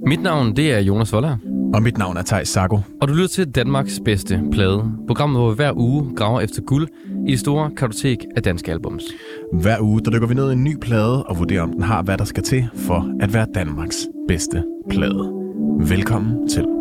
Mit navn, det er Jonas Voller. Og mit navn er Theis Sago. Og du lytter til Danmarks bedste plade. Programmet, hvor vi hver uge graver efter guld i det store kartotek af danske albums. Hver uge, der dykker vi ned i en ny plade og vurderer, om den har, hvad der skal til for at være Danmarks bedste plade. Velkommen til.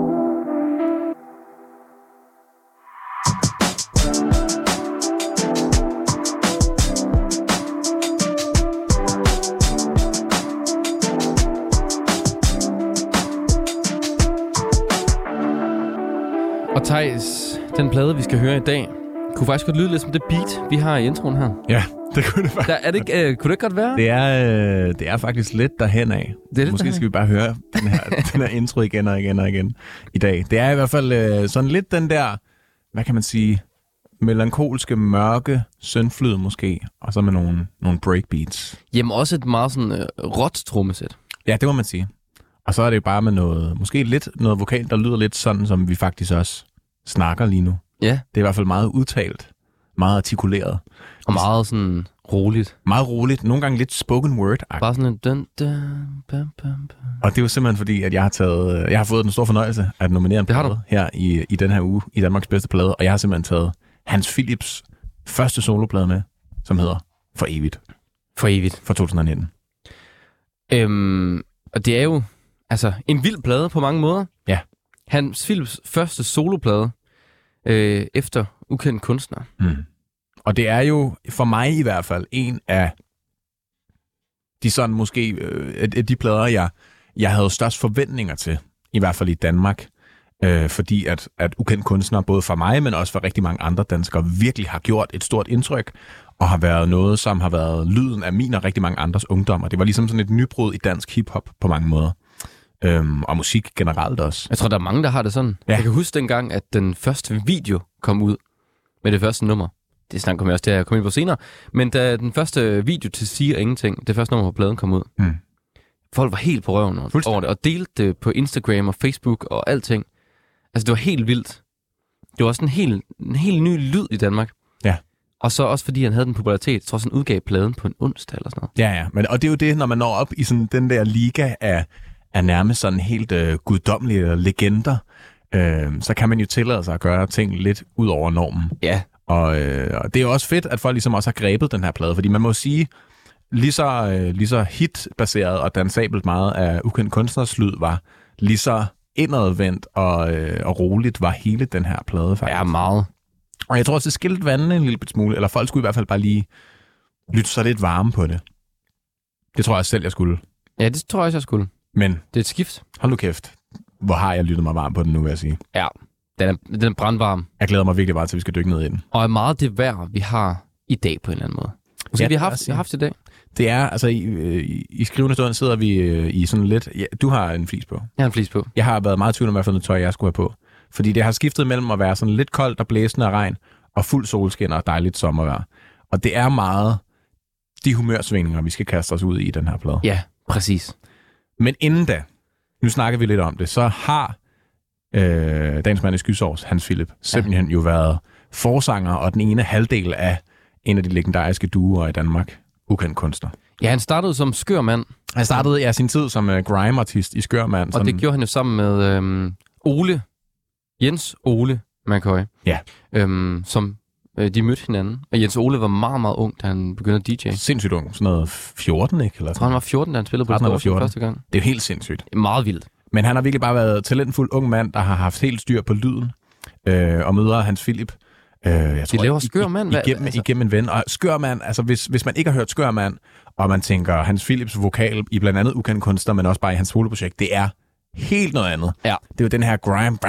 Og Theis, den plade, vi skal høre i dag, kunne faktisk godt lyde lidt som det beat, vi har i introen her. Ja, det kunne det faktisk. Er det ikke, kunne det ikke godt være? Det er faktisk lidt derhen af. Måske skal vi bare høre den her intro igen og igen og igen i dag. Det er i hvert fald sådan lidt den der, hvad kan man sige, melankolske, mørke syndflyd måske, og så med nogle breakbeats. Jamen også et meget sådan råt trommesæt. Ja, det må man sige. Og så er det jo bare med noget, måske lidt noget vokal, der lyder lidt sådan, som vi faktisk også snakker lige nu. Ja. Det er i hvert fald meget udtalt, meget artikuleret. Og meget sådan roligt. Meget roligt, nogle gange lidt spoken word. Bare sådan en dun, bam. Og det er jo simpelthen fordi, at jeg har fået den store fornøjelse at nominere en plade her i den her uge i Danmarks bedste plade. Og jeg har simpelthen taget Hans Philips første soloplade med, som hedder For Evigt. For Evigt. Fra 2019. Og det er jo altså en vild plade på mange måder. Ja. Hans Philips første soloplade efter Ukendt Kunstner. Mm. Og det er jo for mig i hvert fald en af de sådan måske de plader, jeg havde størst forventninger til, i hvert fald i Danmark. Fordi at Ukendt Kunstner, både for mig, men også for rigtig mange andre danskere, virkelig har gjort et stort indtryk, og har været noget, som har været lyden af min og rigtig mange andres ungdom. Og det var ligesom sådan et nybrud i dansk hiphop på mange måder. Og musik generelt også. Jeg tror, der er mange, der har det sådan. Ja. Jeg kan huske dengang, at den første video kom ud med det første nummer. Det snakker jeg også til at komme ind på senere. Men da den første video til Siger Ingenting, det første nummer på pladen kom ud, folk var helt på røven over det, og delte det på Instagram og Facebook og alting. Altså, det var helt vildt. Det var også en helt ny lyd i Danmark. Ja. Og så også fordi han havde den popularitet, jeg tror, han udgav pladen på en onsdag eller sådan noget. Ja. Men, og det er jo det, når man når op i sådan den der liga af nærmest sådan helt guddommelige legender, så kan man jo tillade sig at gøre ting lidt ud over normen. Ja. Og det er jo også fedt, at folk ligesom også har grebet den her plade, fordi man må sige, lige så hitbaseret og dansabelt meget af Ukendt Kunstners lyd var, lige så indadvendt og roligt var hele den her plade faktisk. Ja, meget. Og jeg tror også, det skilte vandene en lille smule, eller folk skulle i hvert fald bare lige lytte sig lidt varme på det. Det tror jeg selv, jeg skulle. Ja, det tror jeg også, jeg skulle. Men det er et skift. Hold nu kæft. Hvor har jeg lyttet mig varm på den nu, vil jeg sige. Ja, den er brandvarm. Jeg glæder mig virkelig meget til, at vi skal dykke ned i den. Og er meget det værd, vi har i dag på en eller anden måde. Måske ja, vi har haft i dag. Det er, altså i skrivende stund sidder vi i sådan lidt... Ja, du har en flis på. Jeg har en flis på. Jeg har været meget tvivl om, hvad for noget tøj, jeg skulle have på. Fordi det har skiftet mellem at være sådan lidt koldt og blæsende og regn, og fuld solskin og dejligt sommervejr. Og det er meget de humørsvingninger, vi skal kaste os ud i den her plade. Ja, præcis. Men inden da, nu snakker vi lidt om det, så har Dagens Mand i Skysovs, Hans Philip, simpelthen jo været forsanger og den ene halvdel af en af de legendariske duoer i Danmark, Ukendt Kunstner. Ja, han startede som skørmand. Han startede sin tid som grime-artist i Skørmand. Og det gjorde han jo sammen med Jens Ole McCoy. Ja. Som de mødte hinanden. Og Jens Ole var meget, meget ung, da han begyndte at DJ. Sindssygt ung. Sådan noget 14, ikke? Eller jeg tror, han var 14, da han spillede på det store første gang. Det er jo helt sindssygt. Meget vildt. Men han har virkelig bare været talentfuld ung mand, der har haft helt styr på lyden. Og møder Hans Philip. Jeg tror, de laver Skørmand igennem en ven. Og Skørmand, altså hvis man ikke har hørt Skørmand, og man tænker Hans Philips vokal i blandt andet Ukendt Kunstner, men også bare i hans soloprojekt, det er helt noget andet. Ja. Det er jo den her grime,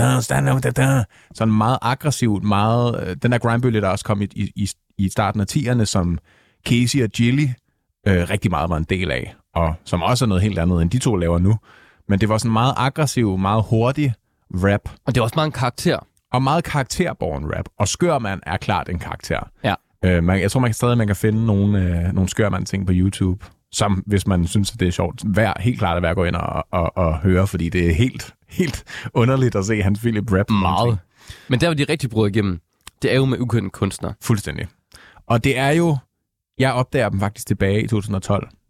sådan meget aggressivt, den der grimebølge, der også kom i starten af 10'erne, som Casey og Jilly rigtig meget var en del af, og som også er noget helt andet, end de to laver nu. Men det var sådan meget aggressiv, meget hurtig rap. Og det er også meget en karakter. Og meget karakterbåren rap. Og Skørmand er klart en karakter. Ja. Jeg tror, man kan finde nogle Skørmand-ting på YouTube, som, hvis man synes, at det er sjovt, helt klart at være at gå ind og høre, fordi det er helt underligt at se Hans Philip rap. Meget. Men der var de rigtig brød igennem. Det er jo med Ukendt Kunstner. Fuldstændig. Og det er jo... Jeg opdager dem faktisk tilbage i 2012,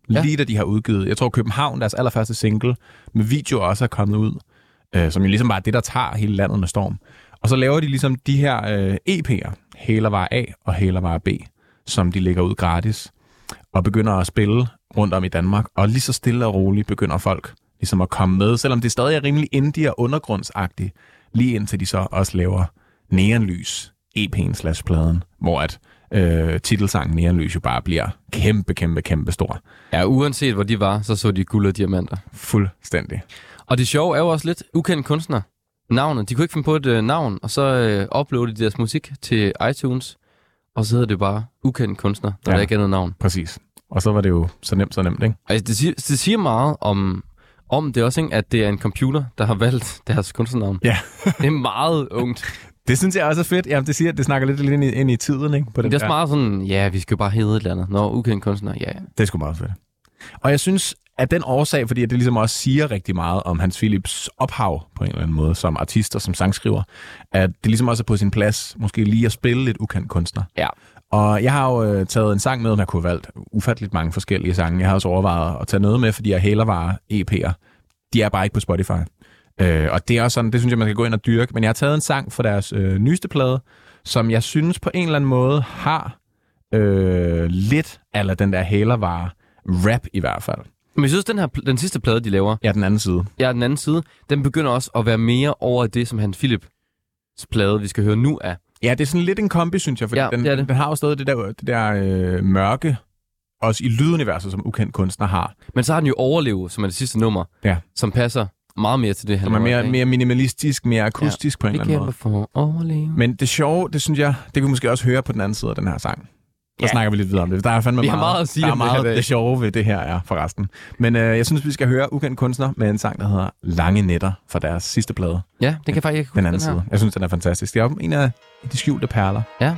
lige da de har udgivet. Jeg tror, København, deres allerførste single, med video også er kommet ud, som jo ligesom bare er det, der tager hele landet med storm. Og så laver de ligesom de her EP'er, Hælervare A og Hælervare B, som de lægger ud gratis, og begynder at spille rundt om i Danmark. Og lige så stille og roligt begynder folk ligesom at komme med, selvom det stadig er rimelig indie og undergrundsagtigt, lige indtil de så også laver Neonlys, EP'en/pladen, hvor at titelsangen Neonlys jo bare bliver kæmpe stor. Ja, uanset hvor de var, så de guld og diamanter. Fuldstændig. Og det sjove er jo også lidt ukendt kunstner. Navnet. De kunne ikke finde på et navn, og så uploadede de deres musik til iTunes, og så hedder det bare ukendt kunstner, når der ikke er noget navn. Præcis. Og så var det jo så nemt, ikke? Altså, det siger meget om det også, ikke? At det er en computer, der har valgt deres kunstnernavn. Ja. Det er meget ungt. Det synes jeg også er fedt. Jamen, det snakker lidt ind i tiden, ikke? På det er også meget sådan, ja, vi skal jo bare hedde et eller andet. Nå, ukendt kunstner, ja. Det er sgu meget fedt. Og jeg synes, at den årsag, fordi det ligesom også siger rigtig meget om Hans Philips ophav på en eller anden måde, som artist og som sangskriver, at det ligesom også er på sin plads, måske lige at spille lidt ukendt kunstner. Ja. Og jeg har jo taget en sang med, om jeg kunne have valgt ufatteligt mange forskellige sange. Jeg har også overvejet at tage noget med, fordi jeg Hælervare EP'er. De er bare ikke på Spotify. Og det er også sådan, det synes jeg, man skal gå ind og dyrke. Men jeg har taget en sang for deres nyeste plade, som jeg synes på en eller anden måde har lidt eller den der Hælervare rap i hvert fald. Men jeg synes, den sidste plade, de laver... Ja, den anden side. Ja, den anden side. Den begynder også at være mere over det, som Hans Philips plade, vi skal høre nu, er. Ja, det er sådan lidt en kombi, synes jeg, fordi den har jo stadig det der mørke, også i lyduniverset, som ukendt kunstner har. Men så har den jo Overleve, som er det sidste nummer, som passer meget mere til det, han som er mere minimalistisk, mere akustisk på en eller anden måde. For at overleve. Men det sjove, det synes jeg, det kan vi måske også høre på den anden side af den her sang. Så snakker vi lidt videre om det. Der er fandme meget at sige der er meget det sjove ved det her, ja, forresten. Men jeg synes, vi skal høre ukendt kunstner med en sang, der hedder Lange Nætter fra deres sidste plade. Ja, det kan faktisk ikke den anden side. Jeg synes, den er fantastisk. Det er en af de skjulte perler. Ja.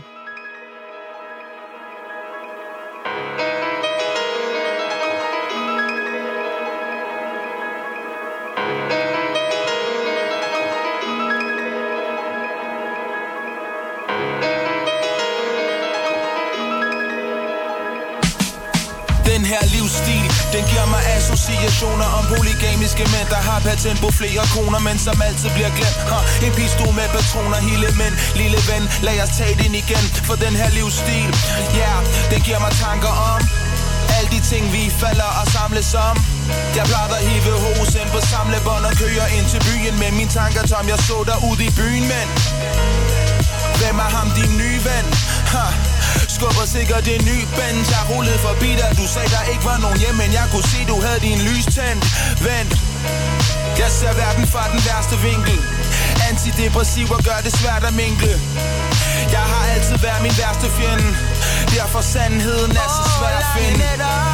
Den her livsstil, den giver mig associationer om polygamiske mænd, der har patent på flere koner, men som altid bliver glemt. En pistol med patroner, hele mænd, lille ven, lad os tage den igen. For den her livsstil, den giver mig tanker om alle de ting vi falder og samles om. Jeg plejer at hive hosen på samlebånd og køre ind til byen med mine tanker tom. Jeg så dig ude i byen, men hvem er ham din nye ven? Skubber sikkert en ny band. Jeg rullede forbi dig, du sagde der ikke var nogen hjem, men jeg kunne se du havde din lys tændt. Vent, jeg ser verden fra den værste vinkel. Antidepressiver gør det svært at minkle. Jeg har altid været min værste fjende, derfor sandheden er så svær at finde.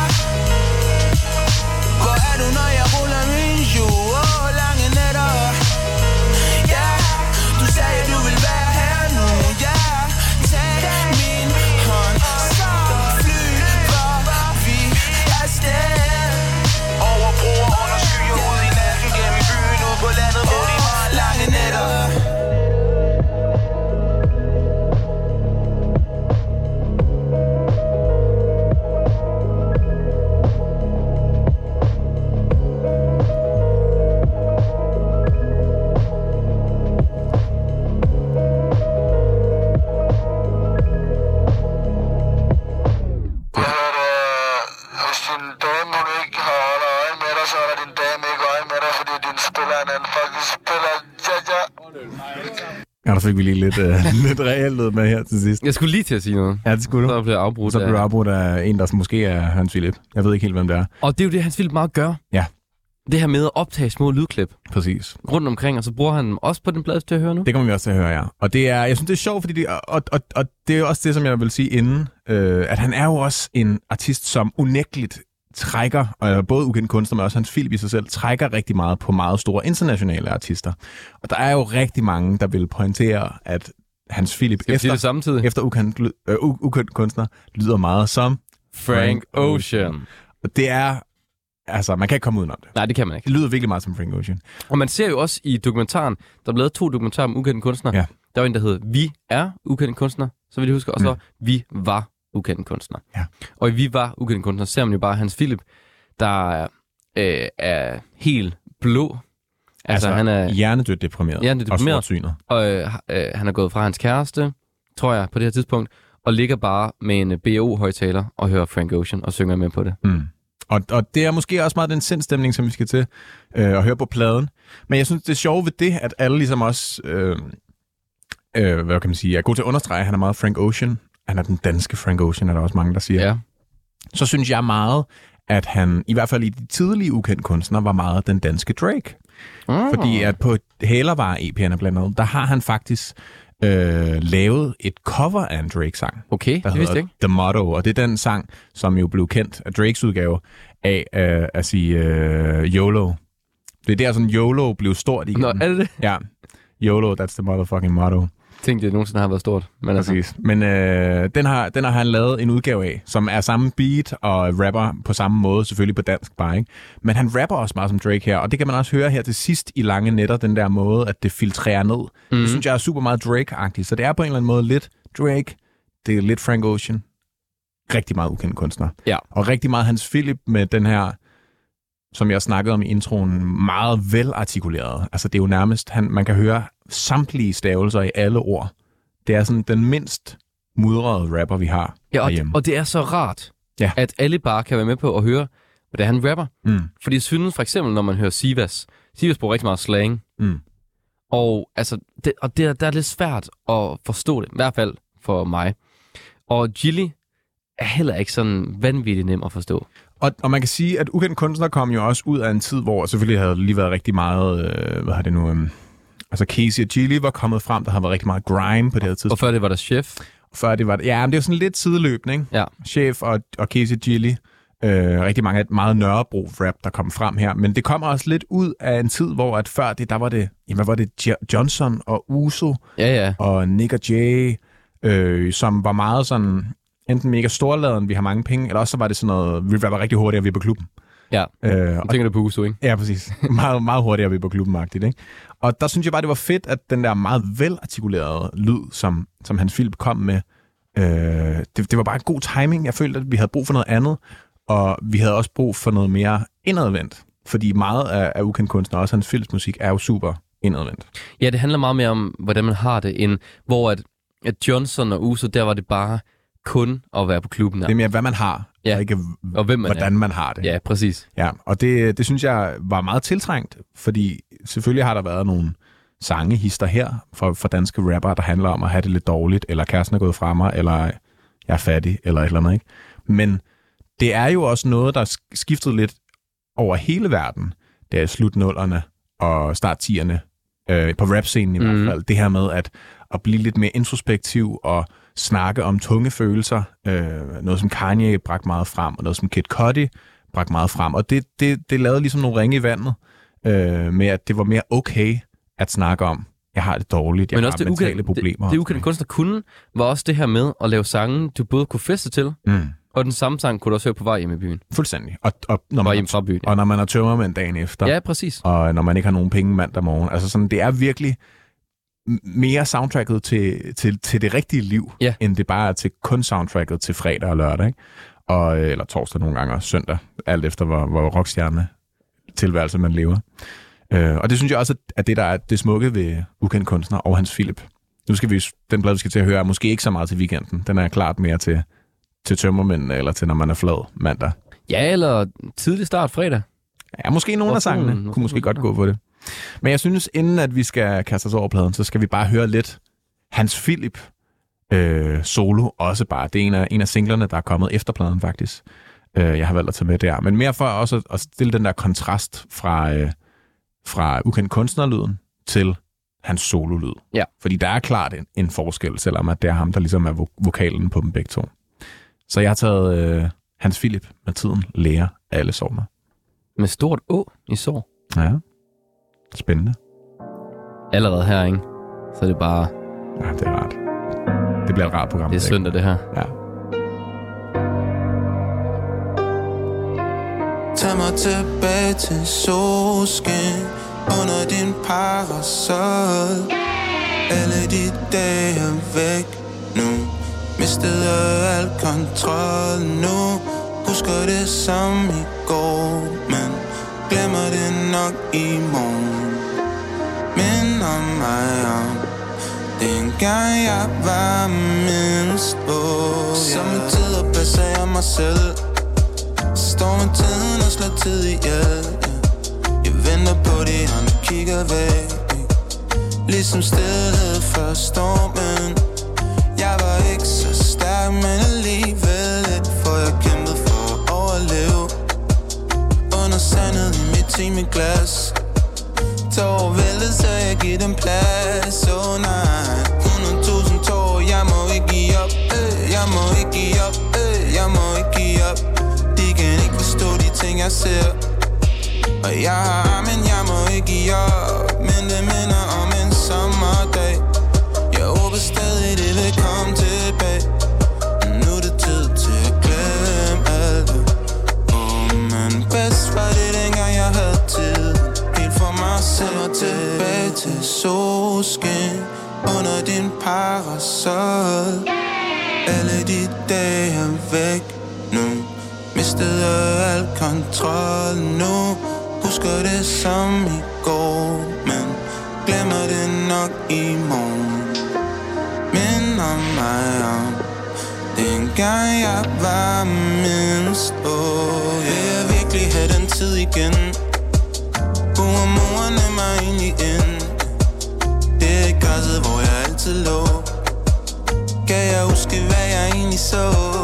Hvor er du når jeg ruller min jord? Lange nætter. Ja, du sagde du ville være her nu. Ja, tag min hånd, så flyver vi afsted. Over broer, under skyer, ud i natten, gennem byen, ud på landet, hvor de lange nætter. Ja, der fik vi lige lidt reelt med her til sidst. Jeg skulle lige til at sige noget. Ja, det skulle du. Så blev jeg afbrudt. Så blev du afbrudt af en, der måske er Hans Philip. Jeg ved ikke helt, hvem det er. Og det er jo det, Hans Philip meget gør. Ja. Det her med at optage små lydklip. Præcis. Rundt omkring, og så bruger han dem også på den plade til at høre nu. Det kommer vi også til at høre, ja. Og det er, jeg synes, det er sjovt, fordi og det er jo også det, som jeg vil sige inden, at han er jo også en artist, som unægteligt trækker, både ukendt kunstner, men også Hans Philip i sig selv, trækker rigtig meget på meget store internationale artister. Og der er jo rigtig mange, der vil pointere, at Hans Philip efter ukendt kunstner lyder meget som Frank Ocean. Og det er, altså, man kan ikke komme udenom det. Nej, det kan man ikke. Det lyder virkelig meget som Frank Ocean. Og man ser jo også i dokumentaren, der er lavet 2 dokumentarer om ukendte kunstnere. Ja. Der var en, der hed Vi er ukendte kunstnere, så vil jeg huske, og så Vi var ukendte kunstnere. Ja. Og i Vi var ukendte kunstnere ser man jo bare Hans Philip. der er helt blå. Altså han er hjernedødt deprimeret. Og sortsynet. Og han er gået fra hans kæreste, tror jeg, på det her tidspunkt, og ligger bare med en B.O.-højtaler og hører Frank Ocean og synger med på det. Mm. Og det er måske også meget den sindstemning, som vi skal til at høre på pladen. Men jeg synes, det er sjovt ved det, at alle ligesom også, hvad kan man sige, er god til at understrege, at han er meget Frank Ocean. Han er den danske Frank Ocean, er der også mange, der siger. Ja. Så synes jeg meget, at han, i hvert fald i de tidlige ukendte kunstnere, var meget den danske Drake. Fordi at på Hælervarer-EP'erne blandt andet, der har han faktisk lavet et cover af en Drake-sang. Okay, det vidste jeg ikke. The Motto, og det er den sang, som jo blev kendt af Drakes udgave af at sige YOLO. Det er der sådan, YOLO blev stort igen. Nå, er det det? Ja, YOLO, that's the motherfucking motto. Jeg tænkte, det nogensinde har været stort. Men præcis. Altså. Men den har han lavet en udgave af, som er samme beat og rapper på samme måde, selvfølgelig på dansk bare, ikke? Men han rapper også meget som Drake her, og det kan man også høre her til sidst i Lange Nætter, den der måde, at det filtrerer ned. Det synes jeg er super meget Drake-agtigt, så det er på en eller anden måde lidt Drake, det er lidt Frank Ocean, rigtig meget ukendt kunstner. Ja. Og rigtig meget Hans Philip med den her, som jeg snakkede om i introen, meget velartikuleret. Altså det er jo nærmest, man kan høre samtlige stavelser i alle ord. Det er sådan den mindst mudrede rapper, vi har herhjemme. Og det er så rart, at alle bare kan være med på at høre, hvordan han rapper. Fordi jeg synes for eksempel, når man hører Sivas bruger rigtig meget slang. Og altså, der er lidt svært at forstå det, i hvert fald for mig. Og Gilly er heller ikke sådan vanvittigt nem at forstå. Og man kan sige, at ukendt kunstner kom jo også ud af en tid, hvor selvfølgelig havde lige været rigtig meget, altså Casey og Gilly var kommet frem, der har været rigtig meget grime på det her tidspunkt. Og før det var der Chef. Men det er jo sådan lidt sideløbende, ikke? Ja. Chef og Casey og Gilly. Rigtig mange meget Nørrebro-rap, der kom frem her. Men det kommer også lidt ud af en tid, hvor at før det, der var det, hvad var det, Johnson og Uso og Nick og Jay, som var meget sådan, enten mega storladen, vi har mange penge, eller også så var det sådan noget, vi rapper rigtig hurtigt, og vi er på klubben. Ja, jeg tænker det på Uso, ikke? Ja, præcis. Meget, meget hurtigere, vi er på klubben-agtigt, ikke? Og der synes jeg bare, det var fedt, at den der meget velartikulerede lyd, som Hans Philip kom med, det var bare en god timing. Jeg følte, at vi havde brug for noget andet, og vi havde også brug for noget mere indadvendt. Fordi meget af ukendt kunstner, også Hans Philips musik, er jo super indadvendt. Ja, det handler meget mere om, hvordan man har det, end hvor at Johnson og Uso, der var det bare kun at være på klubben. Det er mere, hvad man har, og ikke og hvem man hvordan man har det. Ja, præcis. Ja, og det synes jeg var meget tiltrængt, fordi selvfølgelig har der været nogle sangehister her for danske rappere, der handler om at have det lidt dårligt, eller kæresten er gået fra mig, eller jeg er fattig, eller et eller andet, ikke? Men det er jo også noget, der skiftede lidt over hele verden. Det er slut 0'erne og start 10'erne, på rap-scenen i hvert fald. Det her med at blive lidt mere introspektiv og snakke om tunge følelser. Noget som Kanye bragte meget frem, og noget som Kid Cudi bragte meget frem. Og det lavede ligesom nogle ringe i vandet, med at det var mere okay at snakke om, jeg har det dårligt, jeg har mentale problemer. Det ukendte kunstner kunne, var også det her med at lave sange, du både kunne feste til, og den samme sang kunne du også høre på vej hjem i byen. Fuldstændig. Og når man er tømmermænd dagen efter. Ja, præcis. Og når man ikke har nogen penge mandag morgen. Altså sådan, det er virkelig mere soundtracket til det rigtige liv, end det bare er til kun soundtracket til fredag og lørdag, ikke? Eller torsdag nogle gange, og søndag, alt efter hvor rockstjerne tilværelse man lever. Og det synes jeg også, at det der er det smukke ved ukendt kunstner og Hans Philip. Nu skal den plade, vi skal til at høre, er måske ikke så meget til weekenden. Den er klart mere til tømmermænd, eller til når man er flad mandag. Ja, eller tidlig start fredag. Ja, måske nogle af sangene kunne måske godt gå på det. Men jeg synes, inden at vi skal kaste os over pladen, så skal vi bare høre lidt Hans Philip solo også bare. Det er en af singlerne, der er kommet efter pladen faktisk. Jeg har valgt at tage med der. Men mere for også at stille den der kontrast fra ukendt kunstnerlyden til hans sololyd. Ja. Fordi der er klart en forskel, selvom at det er ham, der ligesom er vokalen på dem begge to. Så jeg har taget Hans Philip med tiden lærer alle sorger. Med stort Å i sår. Ja. Spændende. Allerede her, ikke? Så er det bare... Ja, det er rart. Det bliver et rart program. Det er søndag, det her. Ja. Tag mig tilbage til solskin under din parasol. Alle de dage er væk nu. Mistede al kontrol nu. Husker det som i går, men glemmer det nok i morgen. Minder mig om dengang jeg var mindst ung. Som en tid at passe af mig selv. Står med tiden og slår tid ihjel. Jeg venter på de andre kigger væk. Ligesom stillhed før stormen. Jeg var ikke så stærk, men alligevel lidt. For jeg kæmpede for at overleve. Under sandet i mit timeglas. Tår væltet, så jeg giver dem plads. Oh nej, 100.000 tår. Jeg må ikke give op, jeg må ikke give op, jeg må ikke give op. De kan ikke forstå de ting jeg ser. Og jeg har men jeg må ikke give op. Men det minder om en sommerdag. Jeg håber stadig det vil komme tilbage. Nu er det tid til at glemme alt. Men bedst var det dengang jeg havde tid. Helt for mig selv og tilbage til solskin. Under din parasol. Alle de dage er væk nu. Mistede al kontrol nu. Husker det som i går, men glemmer det nok i morgen. Minder mig om dengang jeg var mindst ung. Vil jeg virkelig have den tid igen? Hvor morerne mig egentlig ind? Det er græsset, hvor jeg altid lå. Kan jeg huske, hvad jeg egentlig så?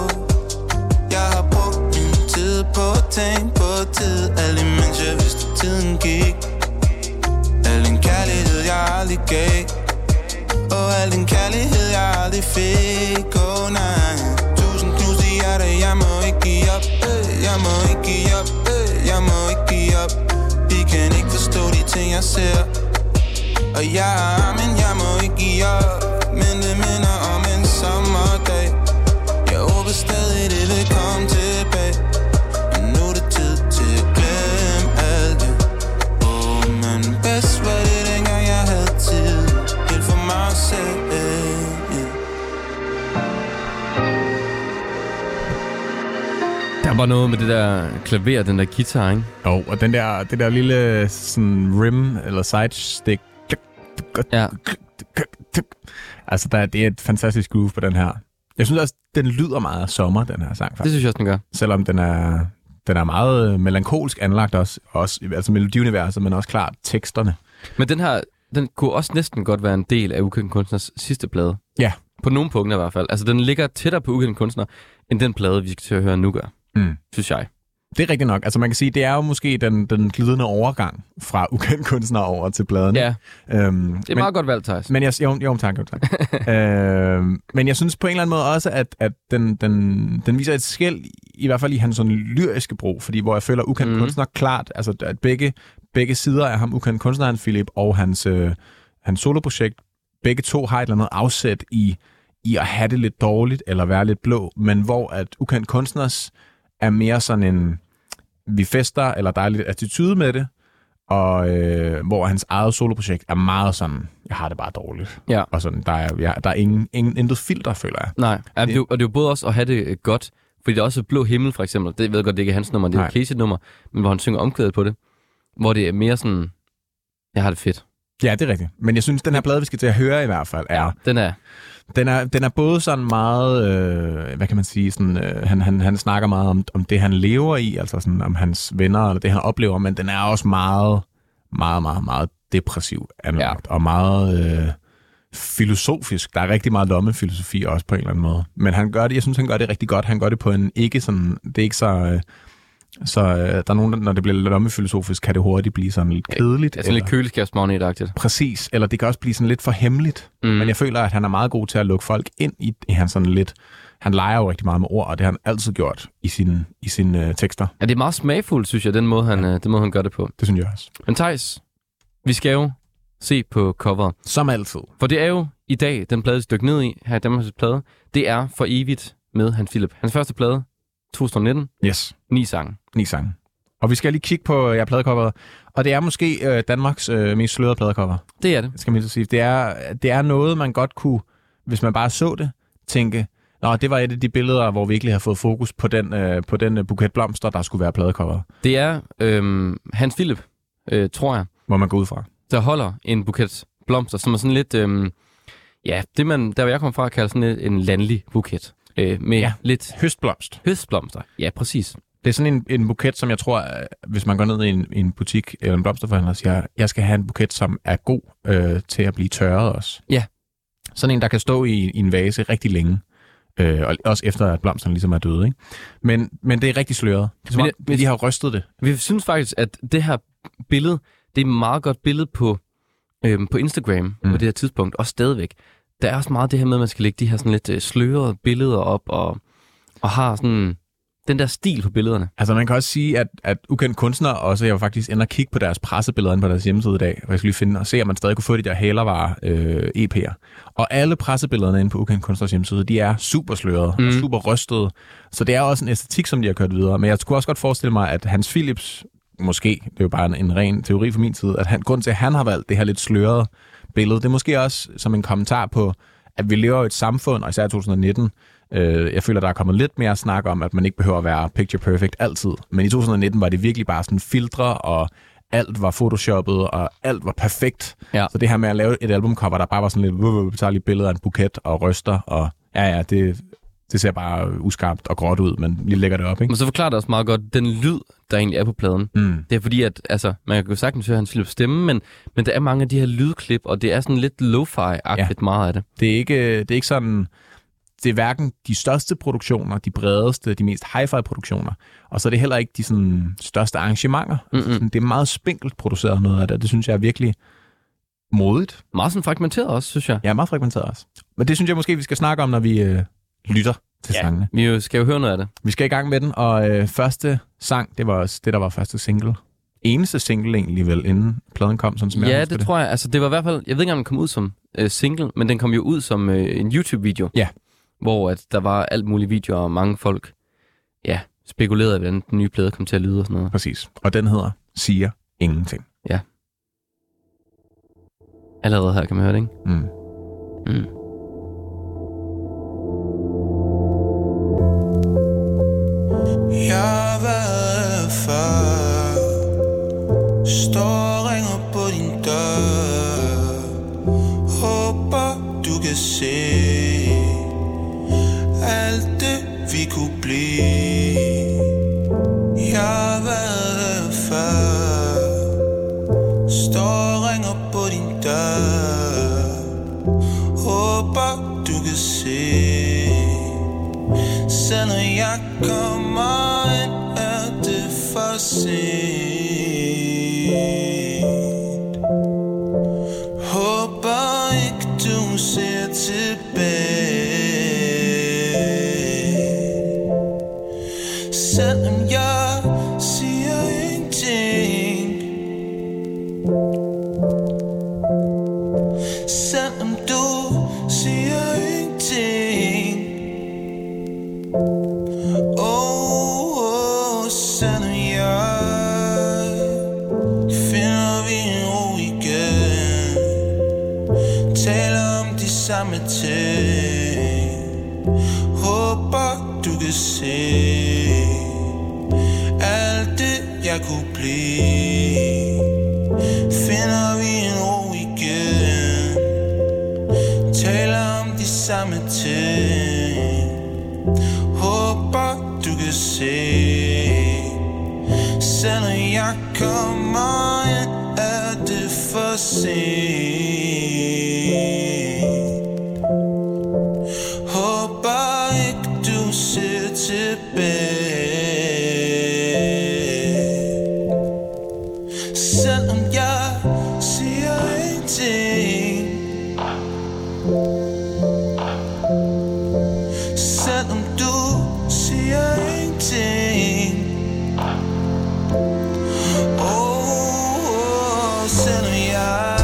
Jeg har brugt min tid på at tænke på tid. Alt imens jeg vidste, tiden gik. Al den kærlighed, jeg aldrig gav. Og al den kærlighed, jeg aldrig fik. Oh nej, 1000 knuste hjerter. Jeg må ikke give op, jeg må ikke give op, jeg må ikke give op. De kan ikke forstå de ting, jeg ser. Og jeg har, men jeg må ikke give op. Men det minder om en sommerdag. Jeg håber stadig, det vil komme tilbage. Men nu er det tid til at glemme alt det. Men bedst var det dengang jeg havde tid. Helt for mig selv. Der var noget med det der klaver, den der guitar, ikke? Jo, og det der lille sådan rim eller sidestick. Ja. Altså, det er et fantastisk groove på den her. Jeg synes også, den lyder meget sommer, den her sang, faktisk. Det synes jeg også, den gør. Selvom den er meget melankolsk anlagt også altså melodiuniverset, men også klart teksterne. Men den kunne også næsten godt være en del af Ukendt Kunstners sidste plade. Ja. På nogle punkter i hvert fald. Altså, den ligger tættere på Ukendt Kunstner, end den plade, vi skal til at høre nu gør. Synes jeg. Det er rigtigt nok. Altså man kan sige, det er jo måske den glidende overgang fra Ukendt Kunstner over til pladen. Ja, det er meget godt valgt, Thijs. Men tak. Men jeg synes på en eller anden måde også, at den viser et skel, i hvert fald i hans sådan lyriske brug, fordi hvor jeg føler Ukendt Kunstner klart, altså at begge sider af ham, Ukendt Kunstner, han Philip, og hans soloprojekt, begge to har et eller andet afsæt i at have det lidt dårligt, eller være lidt blå, men hvor at Ukendt Kunstners er mere sådan en, vi fester, eller der er lidt attitude med det, og hvor hans eget soloprojekt er meget sådan, jeg har det bare dårligt. Ja. Og sådan, der er intet filter, føler jeg. Nej, og det er jo både også at have det godt, fordi det er også Blå Himmel, for eksempel. Det ved jeg godt, det ikke er hans nummer, det er Casey's nummer, men hvor han synger omkvædet på det, hvor det er mere sådan, jeg har det fedt. Ja, det er rigtigt. Men jeg synes, den her plade, vi skal til at høre i hvert fald, den er både sådan meget, hvad kan man sige, sådan, han snakker meget om det, han lever i, altså sådan om hans venner, eller det, han oplever, men den er også meget, meget, meget, meget depressiv anlagt, og meget filosofisk. Der er rigtig meget lommefilosofi også på en eller anden måde. Men han gør det, jeg synes, han gør det rigtig godt. Han gør det på en ikke sådan, det er ikke så... Så der er nogen, når det bliver lommefilosofisk, kan det hurtigt blive sådan lidt kedeligt. Ja, sådan lidt køleskabsmagnet-agtigt. Præcis, eller det kan også blive sådan lidt for hemmeligt. Men jeg føler, at han er meget god til at lukke folk ind i han sådan lidt... Han leger jo rigtig meget med ord, og det har han altid gjort i sine tekster. Ja, det er meget smagfuldt, synes jeg, den måde han gør det på. Det synes jeg også. Men Thijs, vi skal jo se på coveret. Som altid. For det er jo i dag, den plade, vi dykker ned i, her i Danmarks plade, det er For Evigt med Hans Philip. Hans første plade, 2019. Yes. 9 sange. 9 sange. Og vi skal lige kigge på pladecoveret. Og det er måske Danmarks mest slørede pladecover. Det er det. Skal man så sige. Det er noget, man godt kunne, hvis man bare så det, tænke, Nå, det var et af de billeder, hvor vi virkelig har fået fokus på den buket blomster, der skulle være pladecover. Det er Hans Philip, tror jeg. Må man gå ud fra. Der holder en buket blomster, som er sådan lidt, det man, der hvor jeg kommer fra, kalder sådan en landlig buket. Med lidt høstblomster. Ja, præcis. Det er sådan en buket, som jeg tror, hvis man går ned i en butik eller en blomsterforhandler og siger, jeg skal have en buket, som er god til at blive tørret også. Ja. Sådan en, der kan stå i en vase rigtig længe. Og også efter, at blomsterne ligesom er døde. Ikke? Men det er rigtig sløret. Men de har rystet det. Vi synes faktisk, at det her billede, det er et meget godt billede på Instagram på det her tidspunkt, og stadigvæk. Der er også meget det her med, at man skal lægge de her sådan lidt slørede billeder op, og har sådan den der stil på billederne. Altså man kan også sige, at ukendte kunstnere også, jeg var faktisk inde og kigge på deres pressebilleder på deres hjemmeside i dag, og jeg skulle lige finde og se, om man stadig kunne få de der hælervarer EP'er. Og alle pressebillederne inde på ukendte kunstners hjemmeside, de er super slørede og super rystede. Så det er også en æstetik, som de har kørt videre. Men jeg kunne også godt forestille mig, at Hans Philips, måske, det er jo bare en ren teori fra min side, at grund til, at han har valgt det her lidt slørede billede, det er måske også som en kommentar på, at vi lever i et samfund, og især 2019, jeg føler, der er kommet lidt mere snak om, at man ikke behøver at være picture perfect altid. Men i 2019 var det virkelig bare sådan filtre, og alt var photoshoppet, og alt var perfekt. Ja. Så det her med at lave et albumcover, der bare var sådan lidt, tager lige billeder af en buket og ryster, og det ser bare uskarpt og gråt ud, men lige lægger det op, ikke? Men så forklarer det også meget godt den lyd, der egentlig er på pladen. Det er fordi, at man kan jo sagtens høre Hans Philips stemme, men der er mange af de her lydklip, og det er sådan lidt lo-fi-agtigt meget af det. Det er ikke sådan... Det er hverken de største produktioner, de bredeste, de mest hi-fi produktioner, og så er det heller ikke de sådan, største arrangementer. Sådan, det er meget spinkelt produceret noget af det, det synes jeg er virkelig modigt. Meget sådan fragmenteret også, synes jeg. Ja, meget fragmenteret også. Men det synes jeg måske, vi skal snakke om, når vi lytter til sangene. Vi skal jo høre noget af det. Vi skal i gang med den, og første sang, det var også det, der var første single. Eneste single egentlig vel, inden pladen kom, sådan som jeg husker det. Tror jeg. Altså, det var i hvert fald, jeg ved ikke, om den kom ud som single, men den kom jo ud som en YouTube-video. Ja. Hvor at der var alt mulige videoer, og mange folk spekulerede, hvordan den nye plade kom til at lyde og sådan noget. Præcis. Og den hedder Siger Ingenting. Ja. Allerede her kan man høre det, ikke? Jeg har været før, står og ringer på din dør, håber du kan se alt det vi kunne blive. Jeg har været før, står og ringer på din dør, håber du kan se. Selv når jeg kommer ind, er det for sent. Håber ikke du ser tilbage. Selvom jeg siger ingenting, selvom du siger ingenting, selvom jeg finder vi en ro igen, taler om de samme ting, håber du kan se alt det jeg kunne blive. Finder vi en ro igen, taler om de samme ting, håber du kan se. Selv når jeg kommer ind, er det for sent. Håber ikke du ser tilbage. Selvom jeg siger ingenting, selvom du siger ingenting, selvom jeg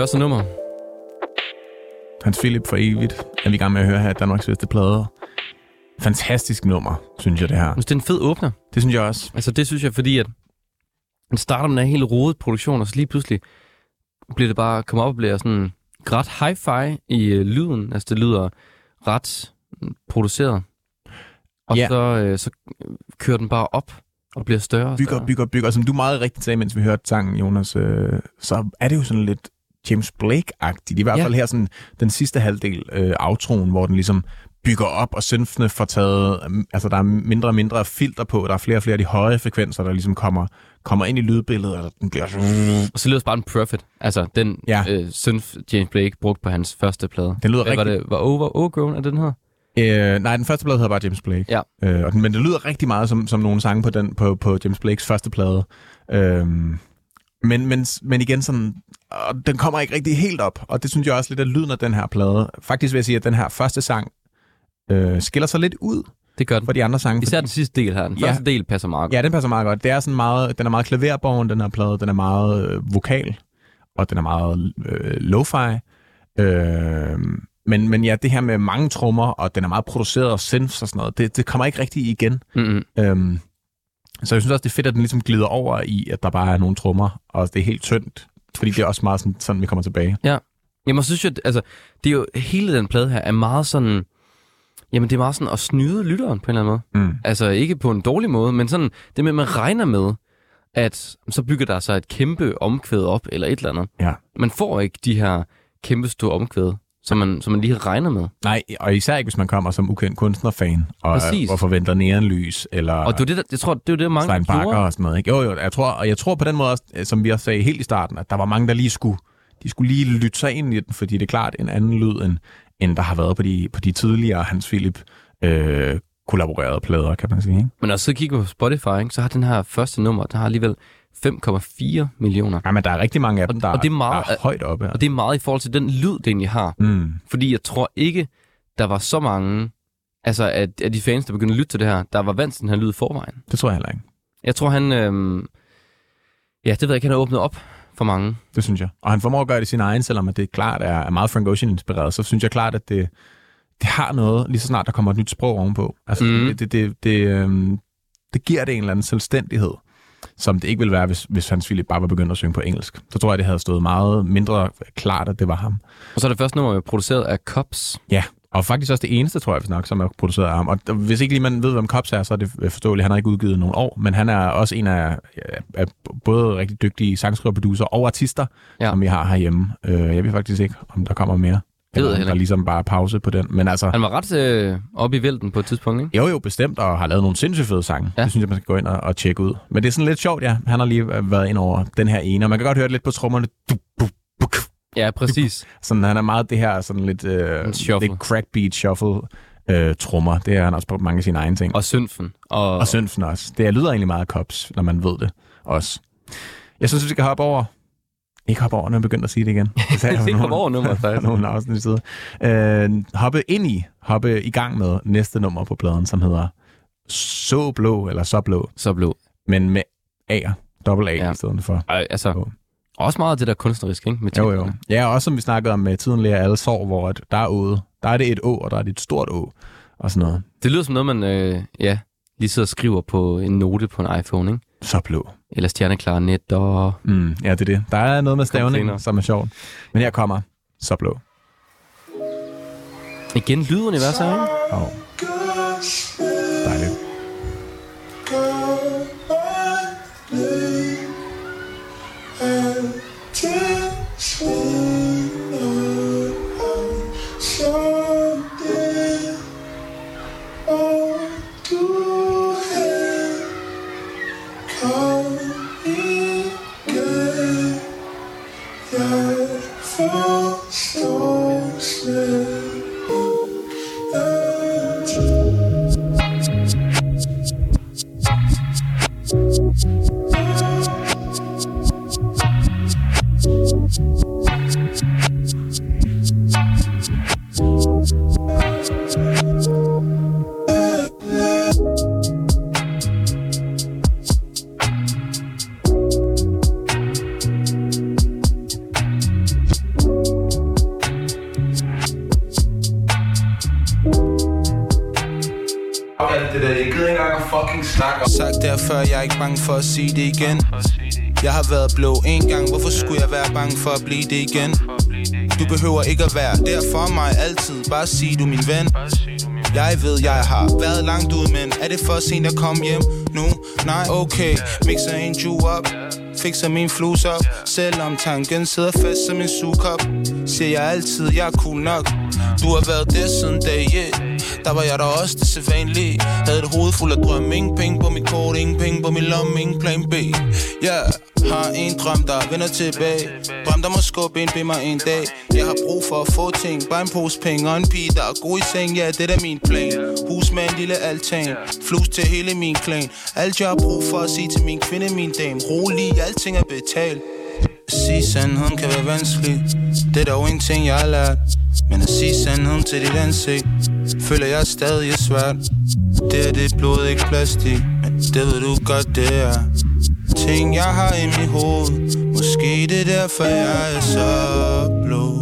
første nummer. Hans Philip for evigt er vi i gang med at høre her i Danmarks bedste plade. Fantastisk nummer, synes jeg, det her. Det er en fed åbner. Det synes jeg også. Altså, det synes jeg, fordi at den starter med en helt rodet produktion, og så lige pludselig bliver det bare kommet op og bliver sådan ret hi-fi i lyden. Altså, det lyder ret produceret. Og så kører den bare op og bliver større. Bygger. Og som du meget rigtigt sagde, mens vi hørte sangen, Jonas, så er det jo sådan lidt James Blake-agtigt. I hvert fald her sådan den sidste halvdel outroen, hvor den ligesom bygger op, og synthene får taget, altså der er mindre og mindre filter på, der er flere og flere af de høje frekvenser, der ligesom kommer ind i lydbilledet, og den bliver og så lyder det bare en Prophet. Altså den synth James Blake brugte på hans første plade. Den lyder rigtig... Var Overgrown, er det den her? Nej, den første plade hedder bare James Blake. Ja. Men det lyder rigtig meget som nogle sange på James Blakes første plade. Men igen, sådan, den kommer ikke rigtig helt op, og det synes jeg også lidt af lyden af den her plade. Faktisk vil jeg sige, at den her første sang skiller sig lidt ud. Det gør den. For de andre sange. Især den sidste del her. Den første del passer meget godt. Ja, den passer meget godt. Det er sådan meget, den er meget klaverborgen, den her plade. Den er meget vokal, og den er meget lo-fi. Men ja, det her med mange trommer, og den er meget produceret og synths og sådan noget, det kommer ikke rigtig igen. Så jeg synes også, det er fedt, at den ligesom glider over i, at der bare er nogle trommer, og det er helt tyndt, fordi det er også meget sådan vi kommer tilbage. Ja. Jamen, jeg synes jo, altså, det er jo, hele den plade her er meget sådan, jamen, det er meget sådan at snyde lytteren på en eller anden måde. Altså, ikke på en dårlig måde, men sådan, det med, at man regner med, at så bygger der sig et kæmpe omkvæd op, eller et eller andet. Ja. Man får ikke de her kæmpe store omkvæd, som man lige regner med. Nej, og især ikke, hvis man kommer som ukendt kunstnerfan, og forventer neonlys, eller... Og det er det, jeg tror, det er det, mange Stein Bakker og sådan noget, ikke? Jo, jeg tror på den måde også, som vi også sagde helt i starten, at der var mange, der lige skulle lytte sig ind i den, fordi det er klart en anden lyd, end der har været på de tidligere Hans Philip kollaborerede plader, kan man sige. Ikke? Men når så kigger på Spotify, ikke, så har den her første nummer, der har alligevel 5,4 millioner. Ja, men der er rigtig mange af dem, der er højt oppe. Og det er meget i forhold til den lyd, den jeg har. Fordi jeg tror ikke, der var så mange altså af de fans, der begyndte at lytte til det her, der var vant til den her lyd i forvejen. Det tror jeg heller ikke. Jeg tror, han... det ved jeg ikke, han har åbnet op for mange. Det synes jeg. Og han formår at gøre det sin egen, selvom det klart er meget Frank Ocean-inspireret. Så synes jeg klart, at det har noget, lige så snart der kommer et nyt sprog ovenpå. Altså, det giver det en eller anden selvstændighed, som det ikke ville være, hvis Hans Philip bare var begyndt at synge på engelsk. Så tror jeg, det havde stået meget mindre klart, at det var ham. Og så er det første nummer produceret af Cops. Ja, og faktisk også det eneste, tror jeg, som er produceret af ham. Og hvis ikke lige man ved, hvem Cops er, så er det forståeligt. Han har ikke udgivet nogle år, men han er også en af både rigtig dygtige sangskriverproducer og artister, som vi har herhjemme. Jeg ved faktisk ikke, om der kommer mere. Der er ligesom bare pause på den. Men altså, han var ret oppe i vælten på et tidspunkt, ikke? Jo, bestemt, og har lavet nogle sindssygt fede sange. Ja. Det synes jeg, man skal gå ind og tjekke ud. Men det er sådan lidt sjovt, ja. Han har lige været ind over den her ene, og man kan godt høre det lidt på trommerne. Ja, præcis. Sådan, han er meget det her sådan lidt crackbeat shuffle trommer. Det er han også på mange af sine egne ting. Og synfen. Og synfen også. Det lyder egentlig meget Cops, når man ved det også. Jeg synes, vi skal hoppe over. Ikke hoppe over, når jeg begyndte at sige det igen. Ikke hoppe over nummer, faktisk. Nogle afsnit i side. Hoppe i gang med næste nummer på pladen, som hedder Så Blå, eller Så Blå. Så Blå. Men med A'er. Dobbelt A i stedet for. Altså, også meget af det der kunstneriske, ikke? Med jo. Ja, også som vi snakkede om med Tiden lærer alle sår, hvor der er ået. Der er det et å, og der er det et stort å, og sådan noget. Det lyder som noget, man lige sidder og skriver på en note på en iPhone, ikke? Så Blå. Eller stjerneklarinet og... ja, det er det. Der er noget med stavning, som er sjovt. Men her kommer Så Blå. Igen lydunivers her, ikke? Dejligt. fucking snakker. Sagt der før, jeg er ikke bange for at sige det igen. Jeg har været blå en gang, hvorfor skulle jeg være bange for at blive det igen? Du behøver ikke at være der for mig altid, bare sig du min ven. Jeg ved, jeg har været langt ud, men er det for sent at komme hjem nu? Nej, okay, mixer en ju op, fikser min flus op. Selvom tanken sidder fast som en sugekop, siger jeg altid, jeg er cool nok. Du har været der siden dag 1, der var jeg der også det sædvanlige. Havde et hoved fuld af drømme, ingen penge på mit kort, ingen penge på min lomme, ingen plan B. Yeah, har en drøm, der vender tilbage. Drøm, der må skubbe en ved mig en dag. Jeg har brug for at få ting, bare en pose penge og en pige, der er god i seng. Ja, det er min plan. Hus med en lille altan, flus til hele min klan. Alt jeg har brug for at sige til min kvinde, min dame. Rolig, alting er betalt. Sige sandheden kan være vanskelig, det er dog en ting jeg har lært. Men at sige sandheden til dit ansigt, føler jeg stadig er svært. Det er det blod, ikke plastik, men det ved du godt det er. Ting jeg har i mit hoved, måske det er derfor jeg er så blå.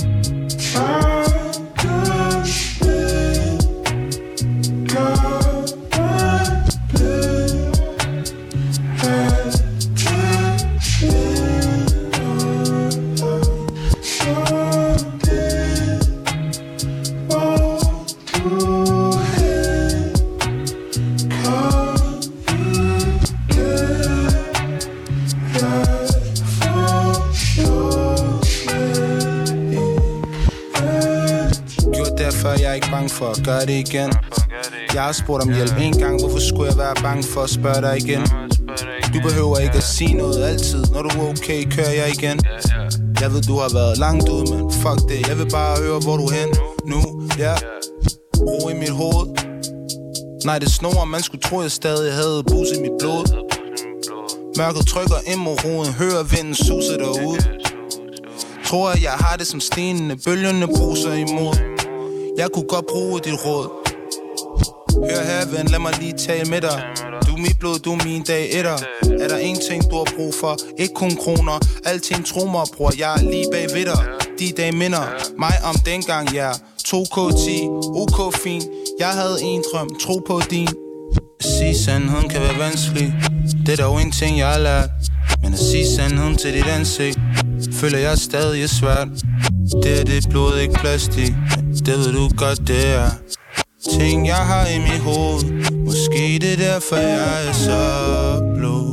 Jeg er ikke bange for at gøre det igen. Jeg har spurgt om hjælp en gang, hvorfor skulle jeg være bange for at spørge dig igen? Du behøver ikke at sige noget altid, når du er okay, kører jeg igen. Jeg ved, du har været langt ud, men fuck det, jeg vil bare høre, hvor du er hen nu, ja. Ro i mit hoved. Nej, det snor, man skulle tro, jeg stadig havde bus i mit blod. Mørket trykker ind mod roden, hører vinden suser derude. Tror jeg har det som stenene, bølgerne bruser imod. Jeg kunne godt bruge dit råd. Hør her, ven, lad mig lige tale med dig. Du er mit blod, du er min dag etter. Er der en ting, du har brug for? Ikke kun kroner. Alting tro mig, bror, jeg er lige bag ved dig. De dage minder mig om dengang, ja. 2K10, OK fin. Jeg havde en drøm, tro på din. Sige sandheden kan være vanskelig, det er dog en ting, jeg har lært. Men at sige sandheden til dit ansigt, føler jeg stadig er svært. Det er det blod, ikke plastik, det ved du godt det er. Ting jeg har i mit hoved, måske det er derfor jeg er så blå.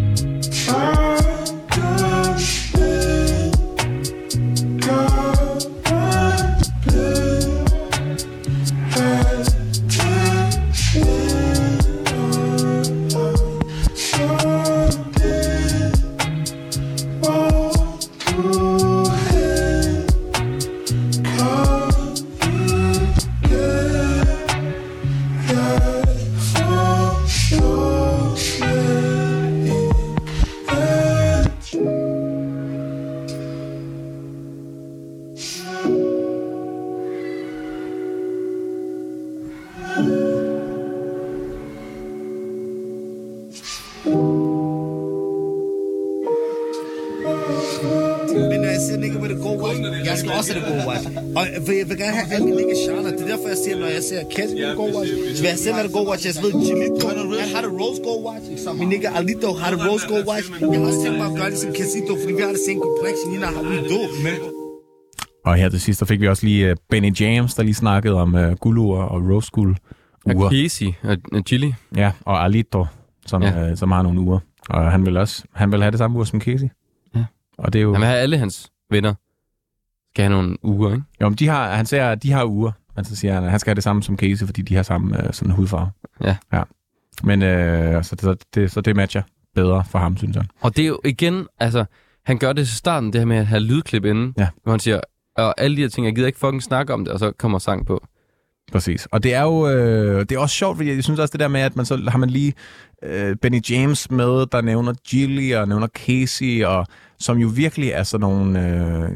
Og jeg vil gerne have alle mine niggas genre. Det er derfor, jeg siger, når jeg ser Kessy med Go Watch, så vil jeg selv have det Go Watch. Jeg ved, Gilito, han har det Rose Go Watch. Min nigga Alito har det Rose Go Watch. Jeg har også tænkt mig at gøre det som Cassito, fordi vi har det same kompleks. Nina har vi do. Og her til sidst, der fik vi også lige Benny James, der lige snakkede om gulduer og rose guld uger. Og Casey og Chili. Ja, og Alito, som har nogle uger. Og han vil have det samme uger som Casey. Ja. Og det er jo... Han vil have alle hans venner. Skal have nogle uger, ikke? Jo, men han siger, at de har uger. Men så siger han, at han skal have det samme som Casey, fordi de har samme sådan hudfarve. Ja. Men så det matcher bedre for ham, synes jeg. Og det er jo igen, altså, han gør det i starten, det her med at have lydklip inden, hvor han siger, og alle de her ting, jeg gider ikke fucking snakke om det, og så kommer sang på. Præcis. Og det er jo det er også sjovt, fordi jeg synes også det der med, at man så har man lige Benny James med, der nævner Gilly og nævner Casey, og som jo virkelig er sådan nogle...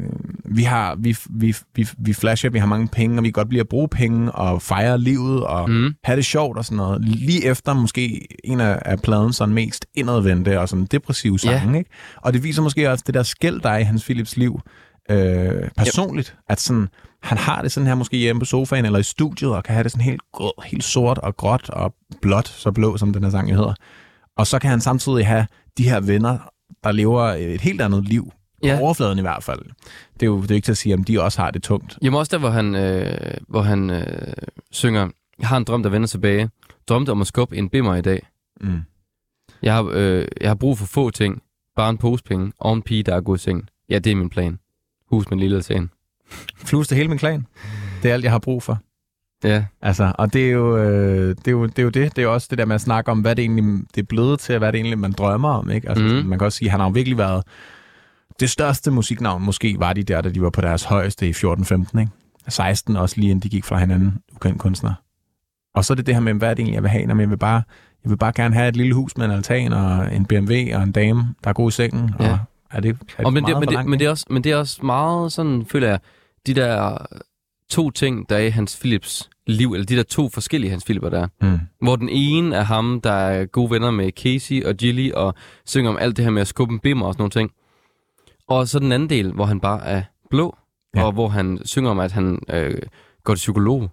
Vi flasher, vi har mange penge, og vi kan godt blive at bruge penge og fejre livet og have det sjovt og sådan noget. Lige efter måske en af pladen sådan mest indadvendte og sådan depressive sange, ikke? Og det viser måske også det der skæld, der er i Hans Philips liv, personligt, at sådan, han har det sådan her måske hjemme på sofaen eller i studiet, og kan have det sådan helt sort og gråt og blåt, så blå som den her sang hedder. Og så kan han samtidig have de her venner, der lever et helt andet liv. Ja. På overfladen i hvert fald. Det er jo ikke til at sige, om de også har det tungt. Jamen også der, hvor han synger, jeg har en drøm, der vender tilbage. Drømte om at skubbe en bimmer i dag. Mm. Jeg har brug for få ting. Bare en pose penge og en pige, der er god i seng. Ja, det er min plan. Hus med en lille scene. Flus til hele min klan. Det er alt, jeg har brug for. Ja. Altså, og det er jo det. Det er jo også det der med at snakke om, hvad det egentlig det er blevet til, hvad det egentlig man drømmer om, ikke? Altså, man kan også sige, at han har jo virkelig været det største musiknavn. Måske var de der, da de var på deres højeste i 14-15, ikke? 16 også lige inden de gik fra hinanden, ukendt kunstner. Og så er det her med, hvad er det egentlig, jeg vil have? Når jeg vil bare gerne have et lille hus med en altan og en BMW og en dame, der er god i sengen. Ja. Og men det er også meget sådan, føler jeg, de der 2 ting, der er i Hans Philips liv, eller de der 2 forskellige Hans Philipper der. Hvor den ene er ham, der er gode venner med Casey og Gilly, og synger om alt det her med at skubbe en bimmer og sådan nogle ting. Og så den anden del, hvor han bare er blå, og hvor han synger om, at han går til psykolog.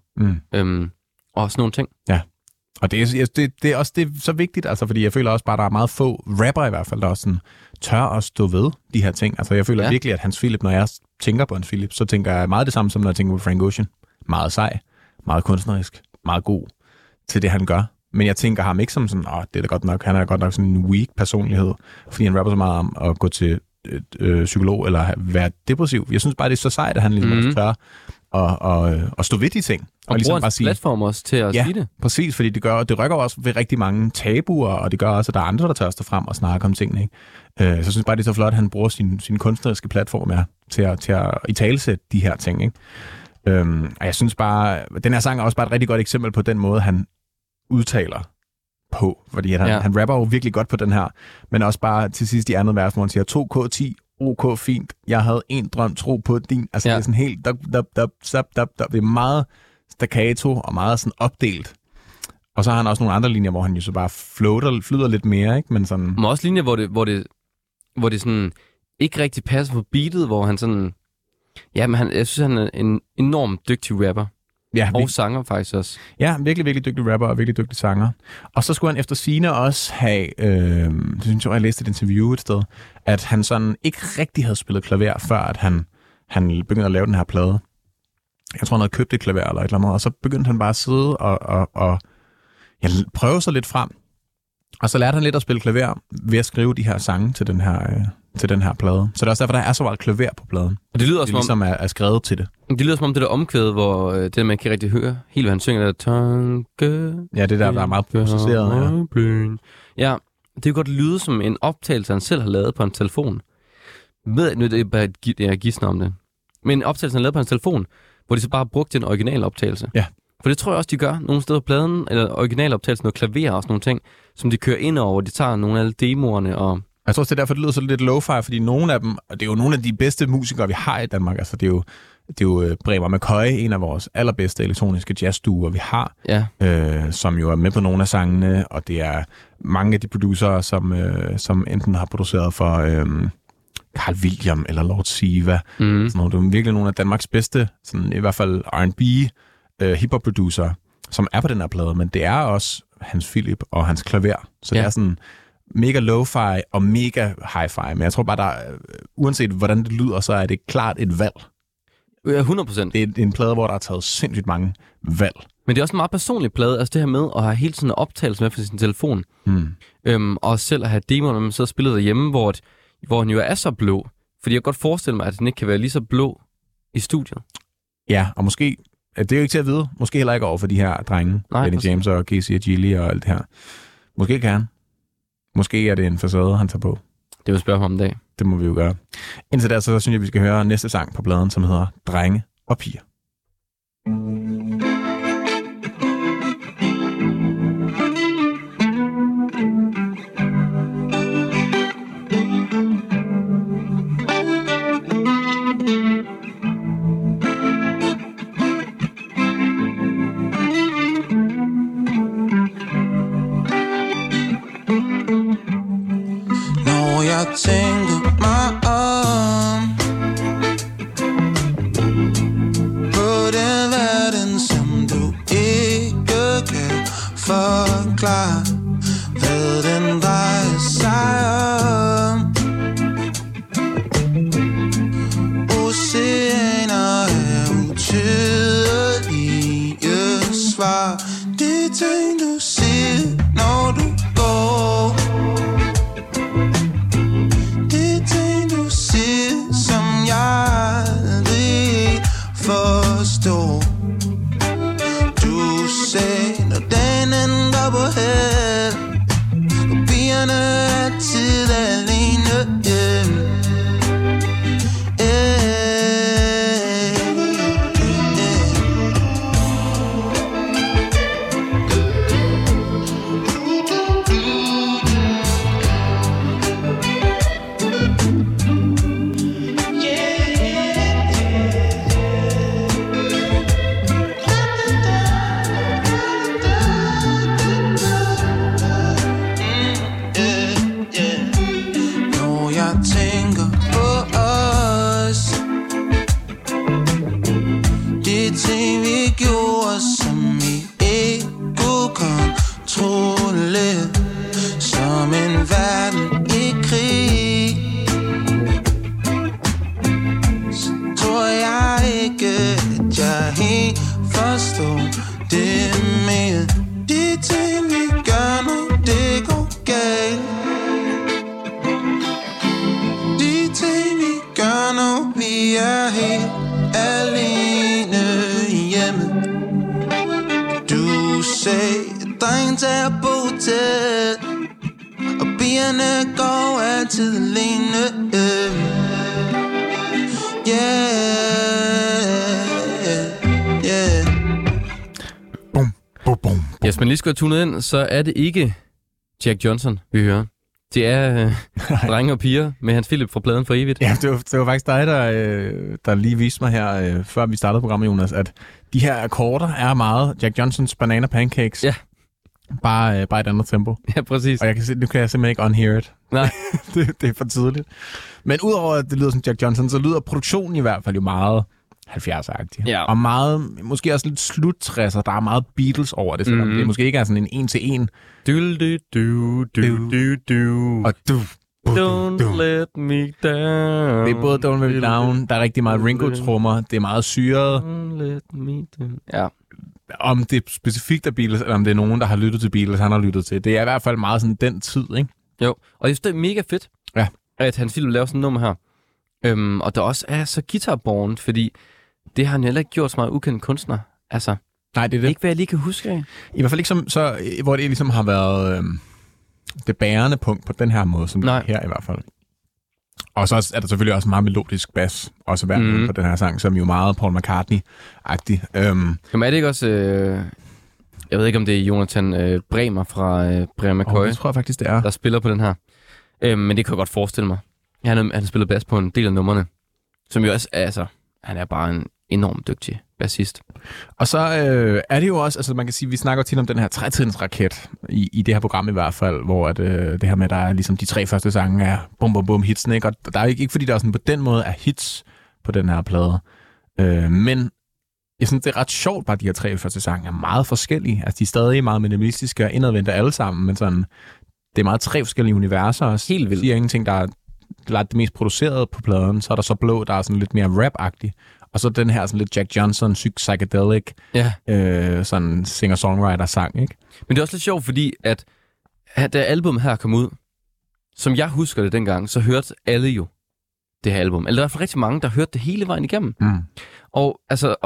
Og sådan nogle ting. Ja. Og det er også det er så vigtigt, altså, fordi jeg føler også bare, at der er meget få rapper i hvert fald, der også sådan, tør at stå ved de her ting. Altså jeg føler virkelig, at Hans Philip, når jeg tænker på Hans Philip, så tænker jeg meget det samme, som når jeg tænker på Frank Ocean. Meget sej, meget kunstnerisk, meget god til det, han gør. Men jeg tænker ham ikke som sådan, det er da godt nok, han er godt nok sådan en weak personlighed, fordi han rapper så meget om at gå til psykolog eller være depressiv. Jeg synes bare, det er så sejt, at han ligesom tør og stå ved de ting. Og ligesom bare sige, platform også til at sige det. Præcis, fordi det rykker også ved rigtig mange tabuer, og det gør også, at der er andre, der tør stå frem og snakke om tingene. Ikke? Så jeg synes bare, det er så flot, at han bruger sin kunstneriske platform til at italesætte de her ting. Ikke? Og jeg synes bare, den her sang er også bare et rigtig godt eksempel på den måde, han udtaler på. Fordi han rapper jo virkelig godt på den her, men også bare til sidst i andet vers, hvor han siger 2K10, OK, fint. Jeg havde en drøm, tro på din. Altså, det er sådan helt... Det er meget staccato og meget sådan opdelt. Og så har han også nogle andre linjer, hvor han jo så bare flyder lidt mere, ikke? Men sådan... Men også linjer, hvor det sådan ikke rigtig passer på beatet, hvor han sådan... Ja, men jeg synes, han er en enormt dygtig rapper. Ja, og sanger faktisk også. Ja, virkelig, virkelig dygtig rapper og virkelig dygtig sanger. Og så skulle han efter sigende også have, det synes jeg læste et interview et sted, at han sådan ikke rigtig havde spillet klaver, før at han begyndte at lave den her plade. Jeg tror, han havde købt et klaver eller et eller andet, og så begyndte han bare at sidde og prøve sig lidt frem. Og så lærte han lidt at spille klaver ved at skrive de her sange til den her plade. Så det er også derfor, der er så meget klaver på pladen. Og det lyder også ligesom er skrevet til det. Det lyder som om det der omkvæd, hvor det man kan rigtig høre helt, hvad han synger, der tanke. Ja, det der er meget processeret. Ja, det kan godt lyde som en optagelse, han selv har lavet på en telefon. Nu er det bare jeg gisner om det. Men en optagelse, han lavede på en telefon, hvor de så bare brugte en original optagelse. Ja. For det tror jeg også, de gør nogle steder på pladen, eller originaloptagelse, noget klaver og sådan nogle ting, som de kører ind over, hvor de tager nogle af alle demoerne og... Jeg tror også, det er derfor, det lyder så lidt lo-fi, fordi nogle af dem, og det er jo nogle af de bedste musikere, vi har i Danmark, altså det er jo Bremer McCoy, en af vores allerbedste elektroniske jazzduer, vi har, som jo er med på nogle af sangene, og det er mange af de producerer, som enten har produceret for Carl William eller Lord Siva. Sådan noget. Det er virkelig nogle af Danmarks bedste, sådan i hvert fald R&B, hiphop-producer, som er på den her plade, men det er også Hans Philip og hans klaver. Så det er sådan mega lo-fi og mega hi-fi, men jeg tror bare, der uanset hvordan det lyder, så er det klart et valg. Ja, 100%. Det er en plade, hvor der er taget sindssygt mange valg. Men det er også en meget personlig plade, altså det her med at have hele sådan en optagelse med fra sin telefon, og selv at have demoerne med så spillet derhjemme, hvor han jo er så blå, fordi jeg kan godt forestille mig, at den ikke kan være lige så blå i studiet. Ja, og måske det er jo ikke til at vide. Måske heller ikke over for de her drenge. Benny James og Casey og Gilly og alt det her. Måske kan han. Måske er det en facade, han tager på. Det vil spørge ham om en dag. Det må vi jo gøre. Indtil der, så synes jeg, vi skal høre næste sang på pladen, som hedder Drenge og Piger. Jeg tænker mig om, svar. De ting du siger, når du går. De ting du siger, som jeg aldrig forstår. Du sagde, når dagen går på held, og pigerne er altid alene hjem. Hvis man lige skulle have tunet ind, så er det ikke Jack Johnson, vi hører. Det er drenge og piger med Hans Philip fra pladen For Evigt. Ja, det var faktisk dig, der lige viste mig her, før vi startede programmet, Jonas, at de her akkorder er meget Jack Johnsons Banana Pancakes. Ja. Bare et andet tempo. Ja, præcis. Og nu kan jeg simpelthen ikke unhear it. Nej. det er for tidligt. Men udover at det lyder som Jack Johnson, så lyder produktionen i hvert fald jo meget 70'er-agtig. Ja. Og meget, måske også lidt slut-60'er. Der er meget Beatles over det, selvom det måske ikke er sådan en en-til-en. Og du. Don't let me down. Det er både Don't Let Me Down, der er rigtig meget Ringo-trummer, det er meget syret. Don't let me down. Ja. Om det er specifikt af Beatles, eller om det er nogen, der har lyttet til Beatles, han har lyttet til. Det er i hvert fald meget sådan den tid, ikke? Jo, og jeg synes, det er mega fedt, ja, at Hans Philip laver sådan et nummer her. Og der også er så guitarborn, fordi det har han heller ikke gjort så meget ukendt kunstner. Altså, nej, det er det. Ikke hvad jeg lige kan huske af. I hvert fald ikke hvor det ligesom har været det bærende punkt på den her måde, som det er her i hvert fald. Og så er der selvfølgelig også meget melodisk bas, også værd på den her sang, som jo meget Paul McCartney-agtig. Jamen er det ikke også... jeg ved ikke, om det er Jonathan Bremer fra Bremer McCoy, det tror jeg faktisk, det er, der spiller på den her. Men det kan jeg godt forestille mig. Han har spillet bas på en del af numrene, som jo også altså, han er bare en enormt dygtig bassist. Og så er det jo også, altså man kan sige, vi snakker tit om den her trætidens-raket i det her program i hvert fald, hvor det her med, der er ligesom de 3 første sange er bum bum bum hitsene, ikke? Og der er ikke fordi der er sådan på den måde er hits på den her plade. Men jeg synes, det er ret sjovt, bare de her 3 første sange er meget forskellige. Altså de er stadig meget minimalistiske og indadvendte alle sammen, men sådan, det er meget 3 forskellige universer også. Helt vildt. Det er ingenting, der er det mest producerede på pladen. Så er der så Blå, der er sådan lidt mere rap-agtig. Og så den her sådan lidt Jack Johnson, psychedelic, sådan singer-songwriter-sang, ikke? Men det er også lidt sjovt, fordi at da albumet her kom ud, som jeg husker det dengang, så hørte alle jo det her album. Eller der er i hvert fald rigtig mange, der hørte det hele vejen igennem. Og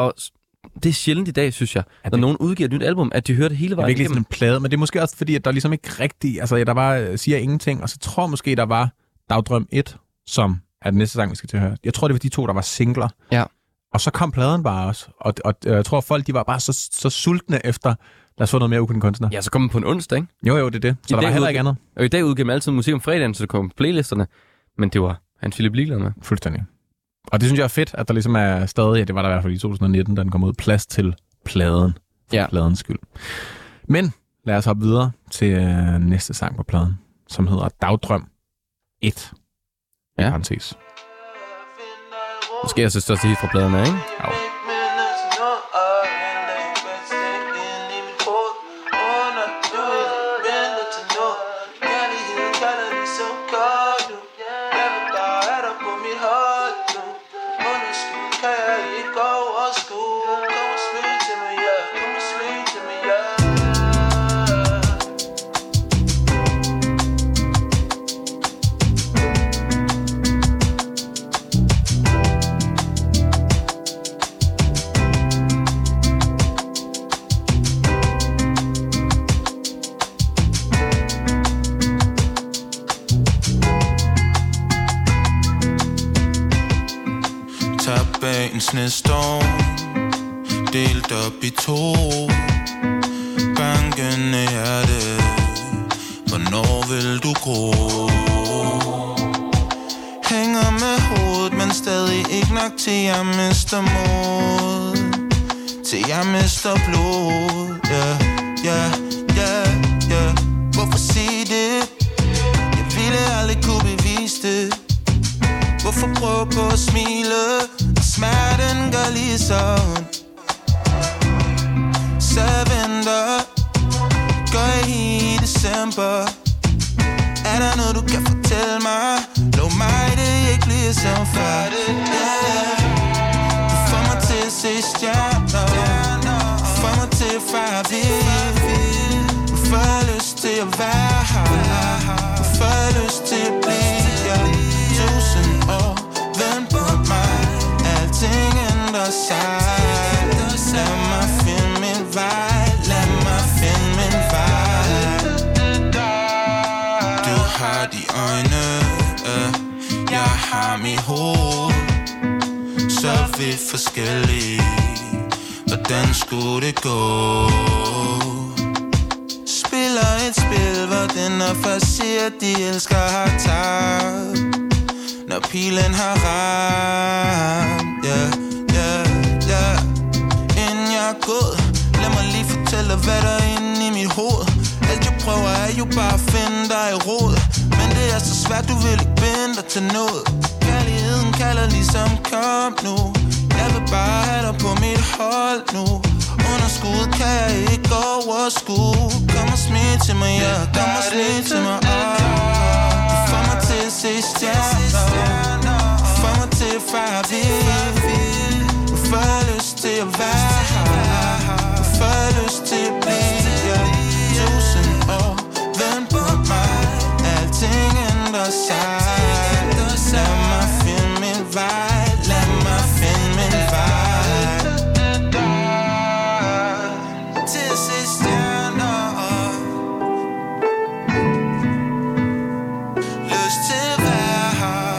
det er sjældent i dag, synes jeg, når nogen udgiver et nyt album, at de hører det hele vejen igennem. Det er virkelig sådan en plade, men det er måske også fordi, at der ligesom ikke rigtig... Altså, der bare siger ingenting, og så tror måske, der var Dagdrøm 1, som er den næste sang, vi skal til at høre. Jeg tror, det var de 2, der var singler. Ja. Og så kom pladen bare også. Og jeg tror, folk de var bare så sultne efter, lad os få noget mere ukendt kunstner. Ja, så kom den på en onsdag, ikke? Jo, det er det. Så der var heller ikke andet. Og i dag udgiver man altid musik om fredagen, så det kom på playlisterne. Men det var Hans Philip ligeglad med. Fuldstændig. Og det synes jeg er fedt, at der ligesom er stadig, det var der i hvert fald i 2019, da den kom ud, plads til pladen. For pladens skyld. Men lad os hoppe videre til næste sang på pladen, som hedder Dagdrøm 1. Ja. Parentes. Måske er det største hit fra pladen, ikke? Ja. knæstår, delt op i to. Bankende hjerte, hvornår vil du gro? Hænger med hovedet, men stadig ikke nok til jeg mister mod. Til jeg mister blod, yeah. Hvorfor sige det? Jeg ville aldrig kunne bevise det. Hvorfor prøve på at smile? Smerten gør lige sådan. Så vinter, går jeg i december. Er der noget du kan fortælle mig? Lov mig det ikke lige som før. Du får mig til at se stjerner. Du får mig til at fejre vild. Du får lyst til at være her. Du får lyst til at blive 1000 år. Vent på mig. Alting ændrer sig. Lad mig finde min vej. Lad mig finde min vej. Du har de øjne, jeg har mit hoved. Så vi er forskellige. Hvordan skulle det gå? Spiller et spil, hvor den er først siger, de elsker har tabt. Når pilen har ramt, yeah. Inden jeg er gået, lad mig lige fortælle, hvad der er inde i mit hoved. Alt jeg prøver er jo bare at finde dig i rod. Men det er så svært, du vil ikke binde dig til noget. Kærligheden kalder ligesom, kom nu. Jeg vil bare have dig på mit hold nu. Underskud kan jeg ikke overskue. Kom og smil til mig, ja, kom og smil til mig, Du får mig til at se stjerner. Du får mig til at fejre vild. Du får lyst til at være her. Du får lyst til at blive 1000 år. Vent på mig. Alting ændrer sig. Lad mig finde min vej. Lad mig finde min vej. Til at se stjerner. Lyst til at være her.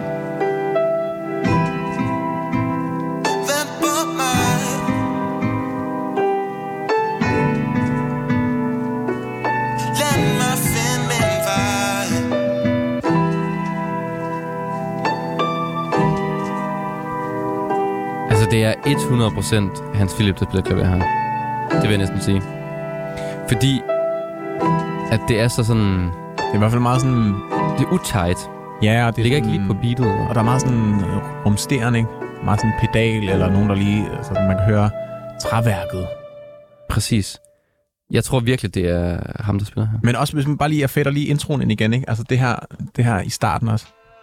Vent på mig. Lad mig finde min vej. Altså, det er 100% Hans Philip, der spiller klaver her. Det vil jeg næsten sige. Fordi, at det er så sådan... Det er i hvert fald meget sådan... Det er utight. Ja, og Det ligger ikke lige på beatet. Og der er meget sådan rumsterende, ikke? Meget sådan pedal, eller nogen, der lige... Altså, man kan høre træværket. Præcis. Jeg tror virkelig, det er ham, der spiller her. Men også, hvis man bare lige er fedt og lige introen ind igen, ikke? Altså, det her i starten også.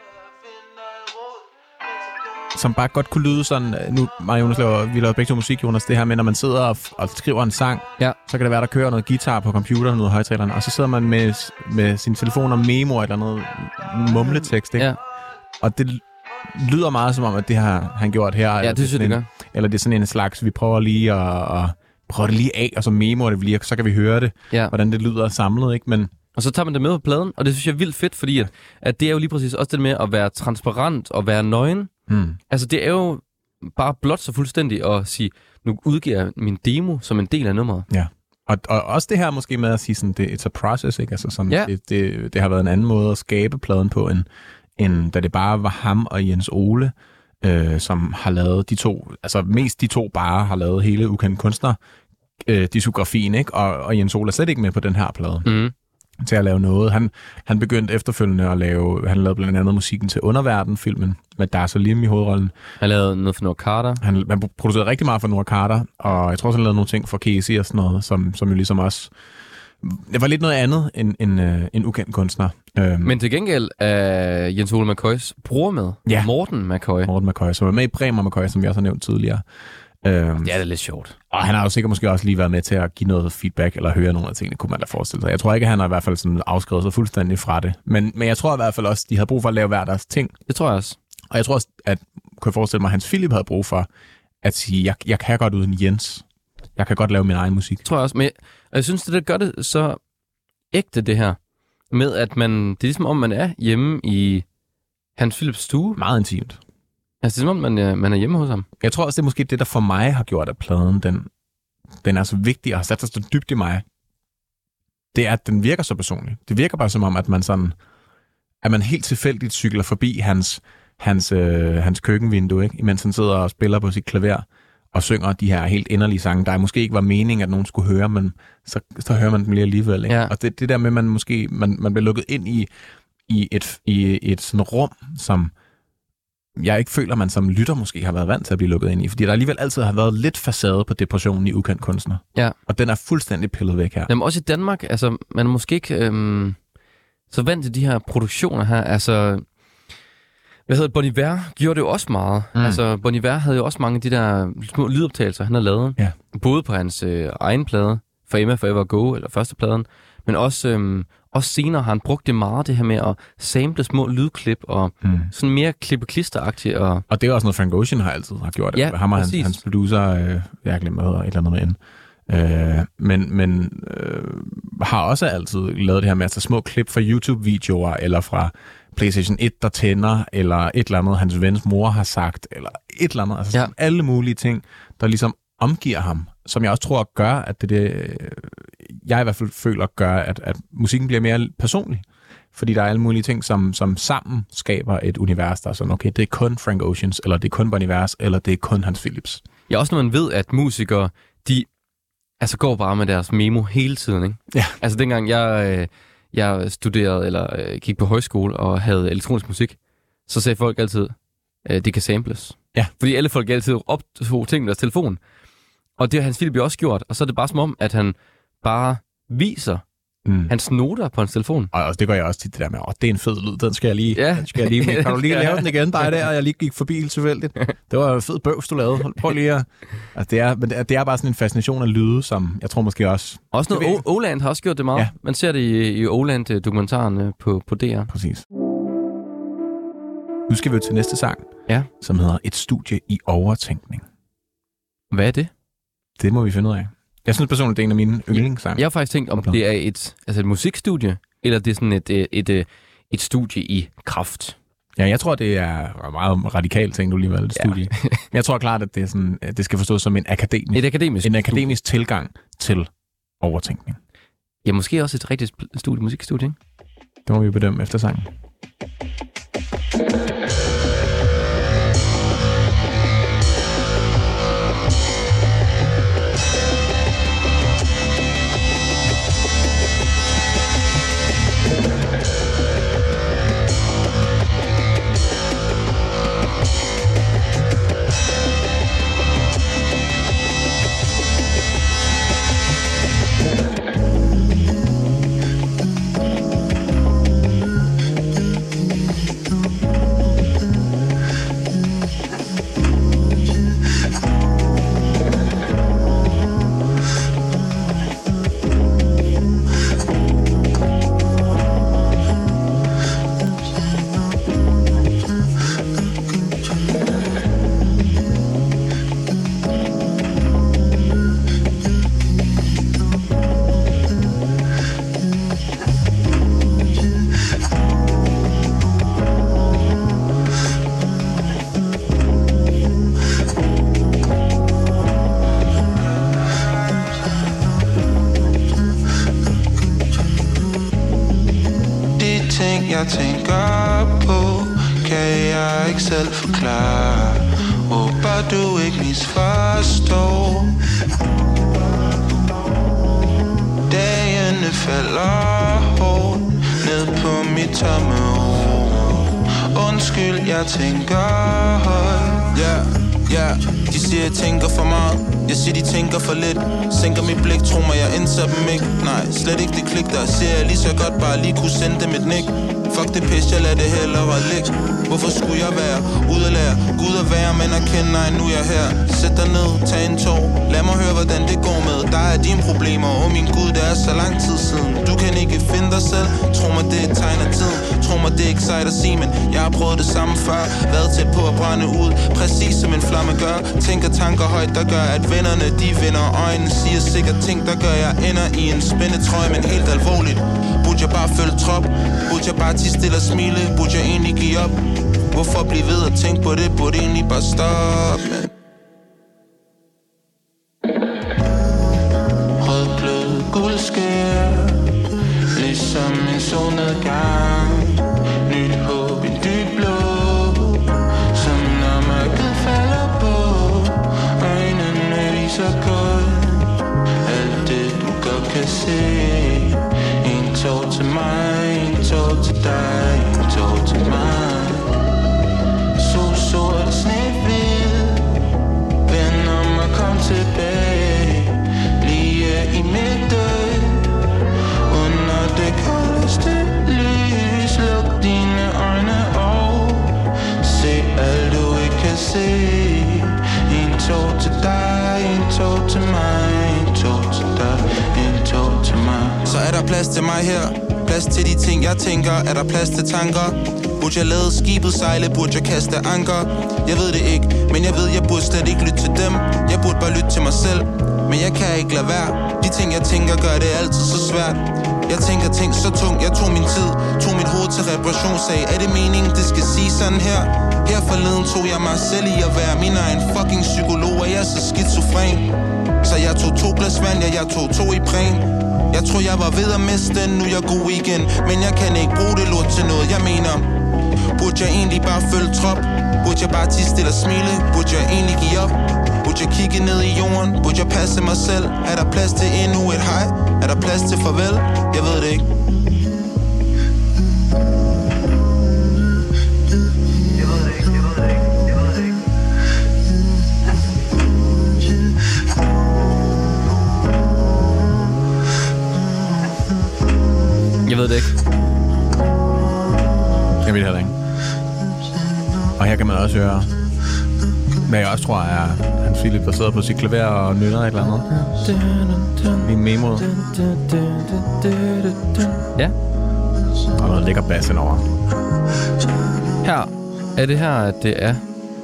Som bare godt kunne lyde sådan... Nu, mig og Jonas vi laver begge to musik, Jonas. Det her med, når man sidder og skriver en sang, Ja. så kan det være, der kører noget guitar på computeren, noget højtalerne, og så sidder man med sin telefon og memo eller noget mumletekst, ikke? Ja. Og det lyder meget som om, at det har han gjort her. Ja, det synes jeg, det gør. Eller det er sådan en slags, vi prøver lige at prøve det lige af, og så memoer det lige, så kan vi høre det, Ja. hvordan det lyder samlet, ikke? Men Og så tager man det med på pladen, og det synes jeg er vildt fedt, fordi at det er jo lige præcis også det med at være transparent og være nøgen. Altså, det er jo bare blot så fuldstændig at sige, nu udgiver jeg min demo som en del af nummeret. ja. Og også det her måske med at sige sådan, it's a process, ikke? Altså sådan, Ja. det har været en anden måde at skabe pladen på, end da det bare var ham og Jens Ole, som har lavet de to, altså mest de to bare har lavet hele Ukendt Kunstner diskografien, ikke? Og Jens Ole er slet ikke med på den her plade til at lave noget. Han begyndte efterfølgende at lave, han lavede blandt andet musikken til Underverden-filmen med Dar Salim i hovedrollen. Han lavede noget for Noah Carter. Han producerede rigtig meget for Noah Carter, og jeg tror også, han lavede nogle ting for Casey og sådan noget, som jo ligesom også... Det var lidt noget andet end Ukendt Kunstner. Men til gengæld er Jens Ole McCoys bror med. Ja. Morten McCoy. Morten McCoy, som var med i Bremer McCoy, som vi også har nævnt tidligere. Ja, det er lidt sjovt. Og han har jo sikkert måske også lige været med til at give noget feedback, eller høre nogle af tingene, kunne man da forestille sig. Jeg tror ikke, at han har i hvert fald sådan afskrevet sig fuldstændig fra det. Men jeg tror i hvert fald også, de havde brug for at lave hver deres ting. Det tror jeg også. Og jeg tror også, at kunne jeg forestille mig, at Hans Philip havde brug for at sige, jeg kan godt uden Jens. Jeg kan godt lave min egen musik. Det tror jeg også. Men jeg synes, det der gør det så ægte, det her. Med at man, det er ligesom om, man er hjemme i Hans Philips stue. Meget intimt. Altså, det er som om, man er hjemme hos ham. Jeg tror også, det er måske det, der for mig har gjort, at pladen, den er så vigtig og har sat sig så dybt i mig. Det er, at den virker så personlig. Det virker bare som om, at man sådan, at man helt tilfældigt cykler forbi hans køkkenvindue, ikke? Imens han sidder og spiller på sit klaver og synger de her helt inderlige sange, der måske ikke var meningen, at nogen skulle høre, men så hører man dem lige alligevel. Ikke? Ja. Og det der med, at man måske man bliver lukket ind i et sådan rum, som jeg ikke føler, man som lytter måske har været vant til at blive lukket ind i, fordi der alligevel altid har været lidt facade på depressionen i ukendt kunstner. Ja. Og den er fuldstændig pillet væk her. Jamen også i Danmark, altså man er måske ikke så vant til de her produktioner her, altså Bon Iver gjorde det jo også meget. Altså Bon Iver havde jo også mange af de der små lydoptagelser, han har lavet. Ja. Både på hans egen plade, For Emma Forever Go, eller første pladen, men også senere har han brugt det meget, det her med at sample små lydklip, og sådan mere klippe-klister-agtigt. Og det er også noget, Frank Ocean har gjort. Ja, ham og hans producer, jeg glemmer, hvad hedder et eller andet med men har også altid lavet det her med at tage små klip fra YouTube-videoer, eller fra PlayStation 1, der tænder, eller et eller andet, hans vens mor har sagt, eller et eller andet. Altså alle mulige ting, der ligesom omgiver ham, som jeg også tror gør, at det jeg i hvert fald føler gør, at musikken bliver mere personlig. Fordi der er alle mulige ting, som sammen skaber et univers, der er sådan, okay, det er kun Frank Oceans, eller det er kun Bon Iver, eller det er kun Hans Phillips. Ja, også når man ved, at musikere, de går bare med deres memo hele tiden, ikke? Ja. Altså dengang jeg studerede, eller gik på højskole og havde elektronisk musik, så sagde folk altid, det kan samples. Ja. Fordi alle folk altid optog ting med deres telefon. Og det har Hans Philip jo også gjort, og så er det bare som om, at han bare viser hans noter på hans telefon. Og det gør jeg også tit, det der med, det er en fed lyd, den skal jeg lige, kan du lige lave den igen, dig der, og jeg lige gik forbi helt tilfældigt. Det var en fed bøvs, du lavede. Prøv lige at... Altså, det er bare sådan en fascination af lyde, som jeg tror måske også... Også noget, Oland har også gjort det meget. Ja. Man ser det i Oland-dokumentaren på DR. Præcis. Nu skal vi jo til næste sang, som hedder Et studie i overtænkning. Hvad er det? Det må vi finde ud af. Jeg synes personligt, det er en af mine yndlingssange. Jeg har faktisk tænkt, om det er et musikstudie, eller det er sådan et studie i kraft. Ja, jeg tror, det er meget radikalt ting, du lige valgte et studie. Men jeg tror klart, at det er sådan, at det skal forstås som en akademisk tilgang til overtænkning. Ja, måske også et rigtigt musikstudie, ikke? Det må vi bedømme efter sangen. Jeg tænker på, kan jeg ikke selv forklare. Håber du ikke misforstår. Dagene falder hårdt ned på mit tomme ord. Undskyld, jeg tænker højt. Ja, de siger, jeg tænker for meget. Jeg siger, de tænker for lidt. Sænker mit blik, tro mig, jeg indser dem ikke. Nej, slet ikke det klik, der siger jeg lige så godt bare lige kunne sende dem et nik. Fuck det pis, jeg lader det hellere ligge. Hvorfor skulle jeg være ude at lære Gud at være, men erkende, nej, nu er jeg her. Sæt dig ned, tag en tår. Lad mig høre, hvordan det går med. Der er dine problemer, min Gud, det er så lang tid siden. Du kan ikke finde dig selv. Tro mig, det er et tegn af tiden. Tro mig, det er ikke sejt at sige, men jeg har prøvet det samme før. Været tæt på at brænde ud, præcis som en flamme gør. Tænker tanker højt, der gør, at vennerne de vinder. Øjnene siger sikkert ting, der gør, jeg ender i en spændetrøje, men helt alvorligt. Burde jeg bare følge trop? Burde jeg bare tige stille og smile? Burde jeg egentlig give op? Hvorfor blive ved at tænke på det? Burde egentlig bare stoppe, man. Rød glød, guld skær, ligesom en solnedgang. Nyt håb, en dyb blå, som når mørket falder på. Øjnene viser kun alt det du godt kan se. En tår til mig, en tår til dig, en tår til mig. Sort snehvid, vend om og kom tilbage. Lige i midten, under det koldeste lys. Luk dine øjne og se alt du ikke kan se. En tår til dig, en tår til mig, en tår til dig, en tår til mig. Så er der plads til mig her, plads til de ting jeg tænker. Er der plads til tanker? Burde jeg lade skibet sejle, burde jeg kaste anker? Jeg ved det ikke, men jeg ved, jeg burde slet ikke lytte til dem. Jeg burde bare lytte til mig selv, men jeg kan ikke lade være. De ting jeg tænker, gør det altid så svært. Jeg tænker ting så tungt, jeg tog min tid, tog mit hoved til reparation. Sagde, er det meningen, det skal sige sådan her? Her forleden tog jeg mig selv i at være min egen fucking psykolog. Og jeg er så skizofren, så jeg tog 2 glas vand, ja, jeg tog 2 i præn. Jeg tror jeg var ved at miste den, nu er jeg god igen. Men jeg kan ikke bruge det lort til noget, jeg mener. Burde jeg egentlig bare følge trop? Burde jeg bare tige stille og smile? Burde jeg egentlig give op? Burde jeg kigge ned i jorden? Burde jeg passe mig selv? Er der plads til endnu et hej? Er der plads til farvel? Jeg ved det ikke. Jeg ved det ikke. Jeg ved det heller ikke. Og her kan man også høre, hvad jeg også tror er Hans Philip, der sidder på sit klaver og nynner et eller andet. Lige memoet. Ja. Og noget lækker bass indover. Her er det her, at det er...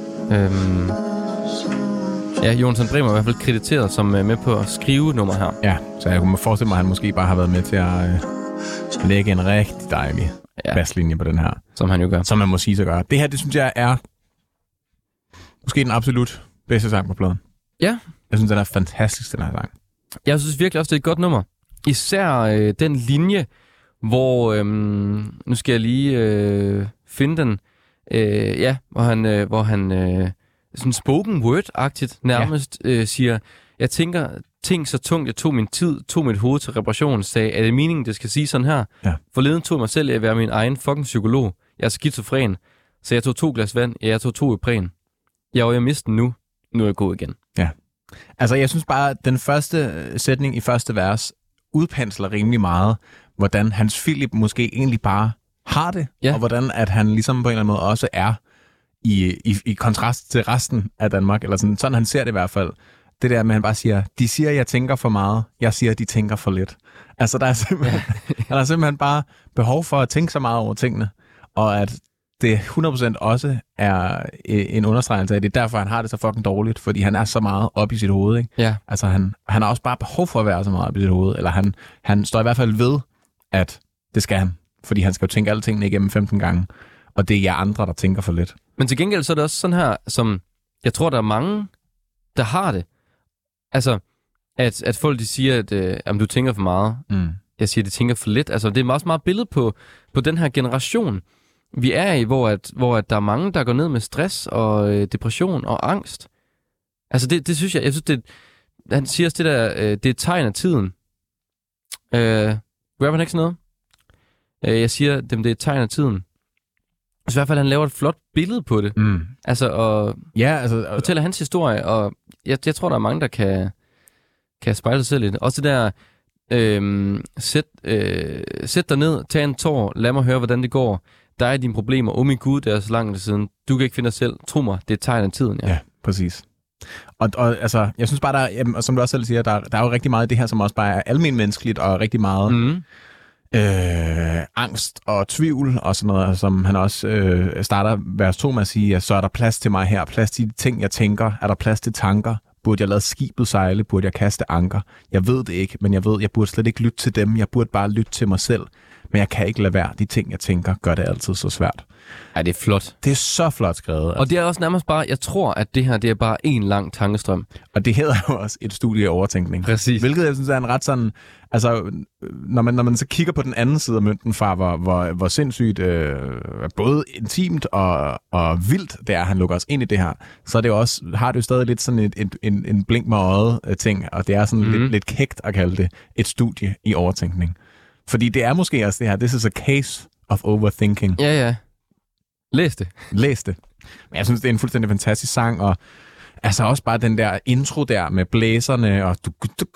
ja, Jonathan Bremer er i hvert fald krediteret som med på at skrive nummer her. Ja, så jeg kunne forestille mig, at han måske bare har været med til at lægge en rigtig dejlig basslinje på den her. Som han jo gør. Som man må sige så gør. Det her, det synes jeg er måske den absolut bedste sang på pladen. Ja. Jeg synes, den er fantastisk, den her sang. Jeg synes virkelig også, det er et godt nummer. Især den linje, hvor... nu skal jeg lige finde den. Ja, hvor han sådan spoken word-agtigt nærmest siger... Jeg tænker ting så tungt, jeg tog min tid, tog mit hoved til reparation, sagde, er det meningen, det skal sige sådan her? Ja. Forleden tog mig selv at være min egen fucking psykolog. Jeg er skizofren, så jeg tog 2 glas vand, jeg tog 2 i præn. Jeg mistede den nu er jeg god igen. Ja. Altså, jeg synes bare, at den første sætning i første vers udpensler rimelig meget, hvordan Hans Philip måske egentlig bare har det, og hvordan at han ligesom på en eller anden måde også er i kontrast til resten af Danmark, eller sådan han ser det i hvert fald. Det der med, at han bare siger, de siger, jeg tænker for meget, jeg siger, de tænker for lidt. Altså, der er simpelthen bare behov for at tænke så meget over tingene, og at det 100% også er en understregelse af, det er derfor, han har det så fucking dårligt, fordi han er så meget op i sit hoved, ikke? Ja. Altså, han har også bare behov for at være så meget op i sit hoved, eller han står i hvert fald ved, at det skal han, fordi han skal jo tænke alle tingene igennem 15 gange, og det er jer andre, der tænker for lidt. Men til gengæld så er det også sådan her, som jeg tror, der er mange, der har det. Altså, at folk de siger, at du tænker for meget. Jeg siger, at de tænker for lidt. Altså, det er også meget billede på den her generation, vi er i, hvor at der er mange, der går ned med stress og depression og angst. Altså, det synes jeg synes, han siger også det der, det er et tegn af tiden. Rapper han ikke sådan noget? Jeg siger, det er et tegn af tiden. Så i hvert fald, han laver et flot billede på det. Altså, og fortæller hans historie, og jeg tror, der er mange, der kan spejle sig selv i det. Også det der, sæt dig ned, tag en tår, lad mig høre, hvordan det går. Der er dine problemer. Min Gud, det er så langt siden. Du kan ikke finde dig selv. Tro mig, det er et tegn af tiden. Ja, præcis. Og altså, jeg synes bare, som du også selv siger, der er jo rigtig meget i det her, som også bare er almenmenneskeligt, og rigtig meget angst og tvivl, og sådan noget, som han også starter vers 2 med at sige, at så er der plads til mig her, plads til de ting, jeg tænker, er der plads til tanker, burde jeg lade skibet sejle, burde jeg kaste anker, jeg ved det ikke, men jeg ved, jeg burde slet ikke lytte til dem, jeg burde bare lytte til mig selv, Men jeg kan ikke lade være. De ting, jeg tænker, gør det altid så svært. Ej, det er flot. Det er så flot skrevet. Altså. Og det er også nærmest bare, jeg tror, at det her, det er bare en lang tankestrøm. Og det hedder jo også et studie i overtænkning. Præcis. Hvilket jeg synes er en ret sådan... Altså, når man så kigger på den anden side af mønten fra, hvor sindssygt både intimt og vildt det er, han lukker os ind i det her, så er det jo også, har det jo stadig lidt sådan en blink med øjet ting, og det er sådan lidt kægt at kalde det et studie i overtænkning. Fordi det er måske også det her, this is a case of overthinking. Ja. Læs det. Men jeg synes, det er en fuldstændig fantastisk sang, og altså også bare den der intro der med blæserne, og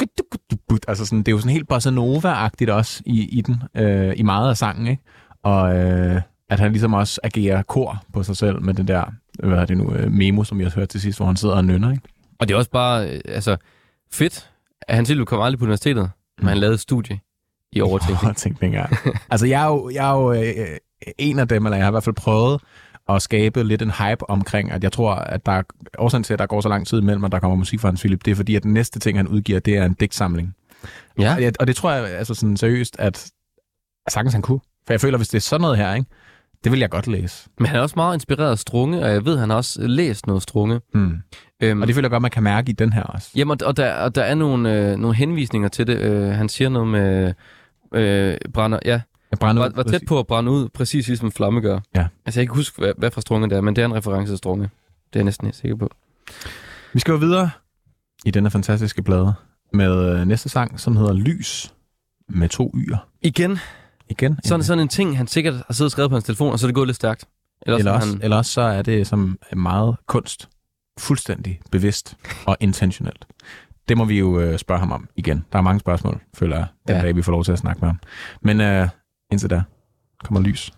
altså sådan, det er jo sådan helt bossa nova-agtigt også i den, i meget af sangen, ikke? Og at han ligesom også agerer kor på sig selv med den der, hvad er det nu, memo, som jeg har hørt til sidst, hvor han sidder og nynner, ikke? Og det er også bare, fedt, at han selv kom aldrig på universitetet, men han lavede et studie i overtænkning. Ja. Altså, jeg er jo en af dem, eller jeg har i hvert fald prøvet at skabe lidt en hype omkring, at jeg tror, at der er årsagen til, at der går så lang tid imellem, at der kommer musik fra Hans Philip, det er fordi, at den næste ting, han udgiver, det er en digtsamling. Ja. Og det tror jeg altså sådan seriøst, at sagtens han kunne. For jeg føler, hvis det er sådan noget her, ikke, det vil jeg godt læse. Men han er også meget inspireret af Strunge, og jeg ved, han har også læst noget Strunge. Og det føler jeg godt, man kan mærke i den her også. Jamen, og der er nogle henvisninger til det. Han siger noget med brænder, ja. Var tæt på at brænde ud, præcis ligesom Flamme gør. Ja. Altså, jeg kan ikke huske, hvad fra Strunge det er, men det er en reference til Strunge. Det er jeg næsten helt sikker på. Vi skal jo videre i denne fantastiske plade med næste sang, som hedder Lys med 2 y'er. Igen. Sådan en ting, han sikkert har siddet og skrevet på hans telefon, og så er det gået lidt stærkt. Eller også så er det som meget kunst. Fuldstændig bevidst og intentionelt. Det må vi jo spørge ham om igen. Der er mange spørgsmål, føler jeg, den dag vi får lov til at snakke med ham. Men indtil da kommer Lys.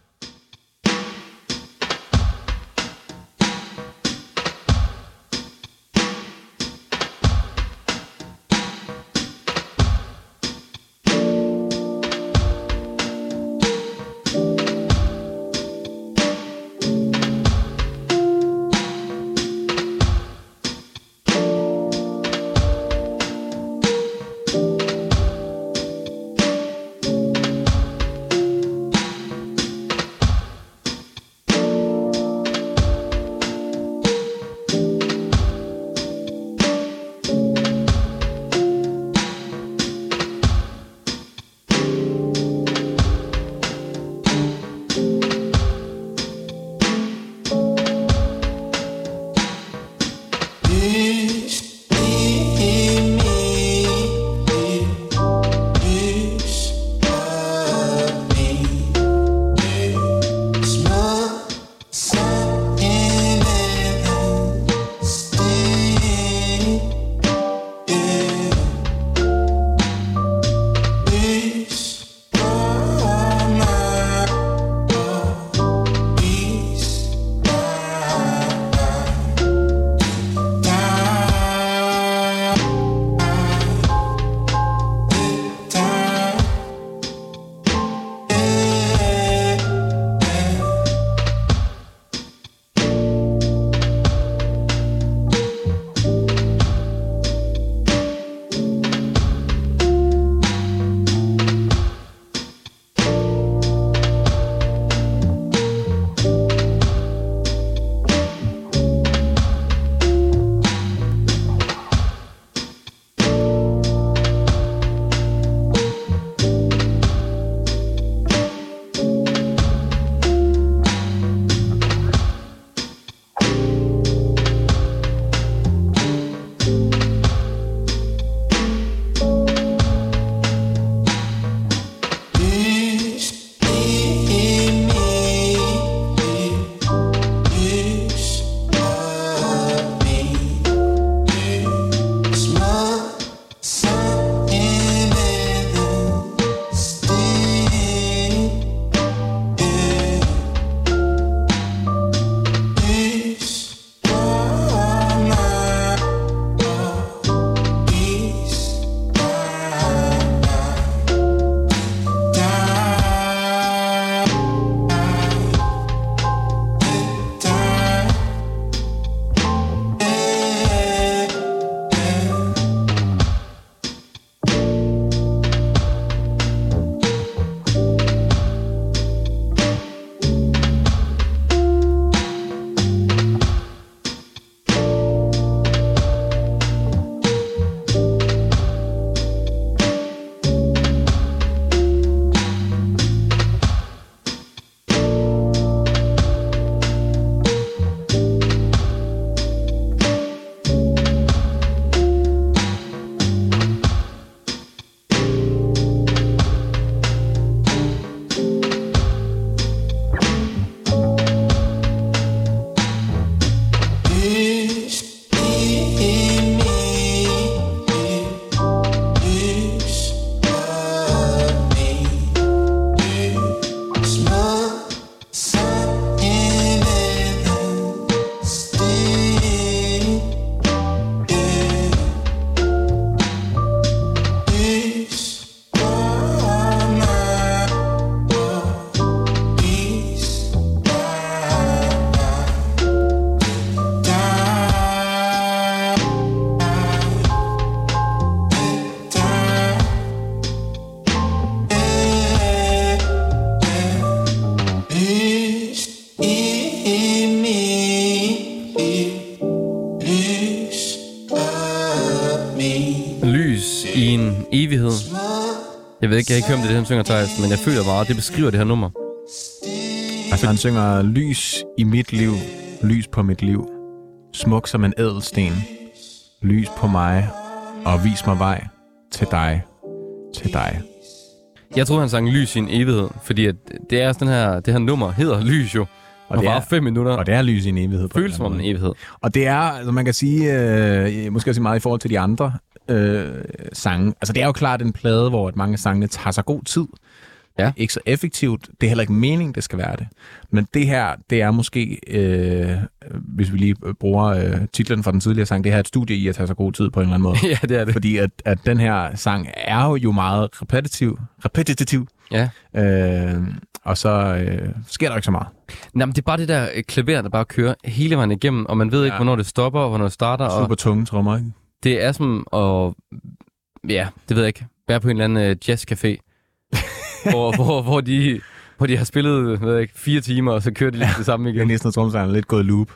Jeg ved ikke, jeg har ikke hørt om det, han synger, Thijs, men jeg føler meget, det beskriver det her nummer. Altså, han synger lys i mit liv, lys på mit liv, smuk som en ædelsten, lys på mig, og vis mig vej til dig, til dig. Jeg tror han sang lys i en evighed, fordi at det er det her nummer hedder Lys jo, og det var 5 minutter. Og det er lys i en evighed. Føles som en evighed. Og det er, altså man kan sige, måske også meget i forhold til de andre sange. Altså det er jo klart en plade, hvor mange af sangene tager sig god tid. Ja. Ikke så effektivt. Det er heller ikke meningen, det skal være det. Men det her, det er måske, hvis vi lige bruger titlen fra den tidligere sang, det her er et studie i at tage sig god tid på en eller anden måde. Ja, det er det. Fordi at den her sang er jo meget repetitiv. Ja. Og så sker der ikke så meget. Nej, men det er bare det der klaver, der bare kører hele vejen igennem, og man ved ikke, hvornår det stopper, og hvornår det starter. Super tunge trommer, ikke? Det er som at, ja, det ved jeg ikke, være på en eller anden jazzcafé, hvor de har spillet, ved jeg ikke, 4 timer, og så kører de lidt det samme igen. Det er næsten trommesangeren lidt gået loop.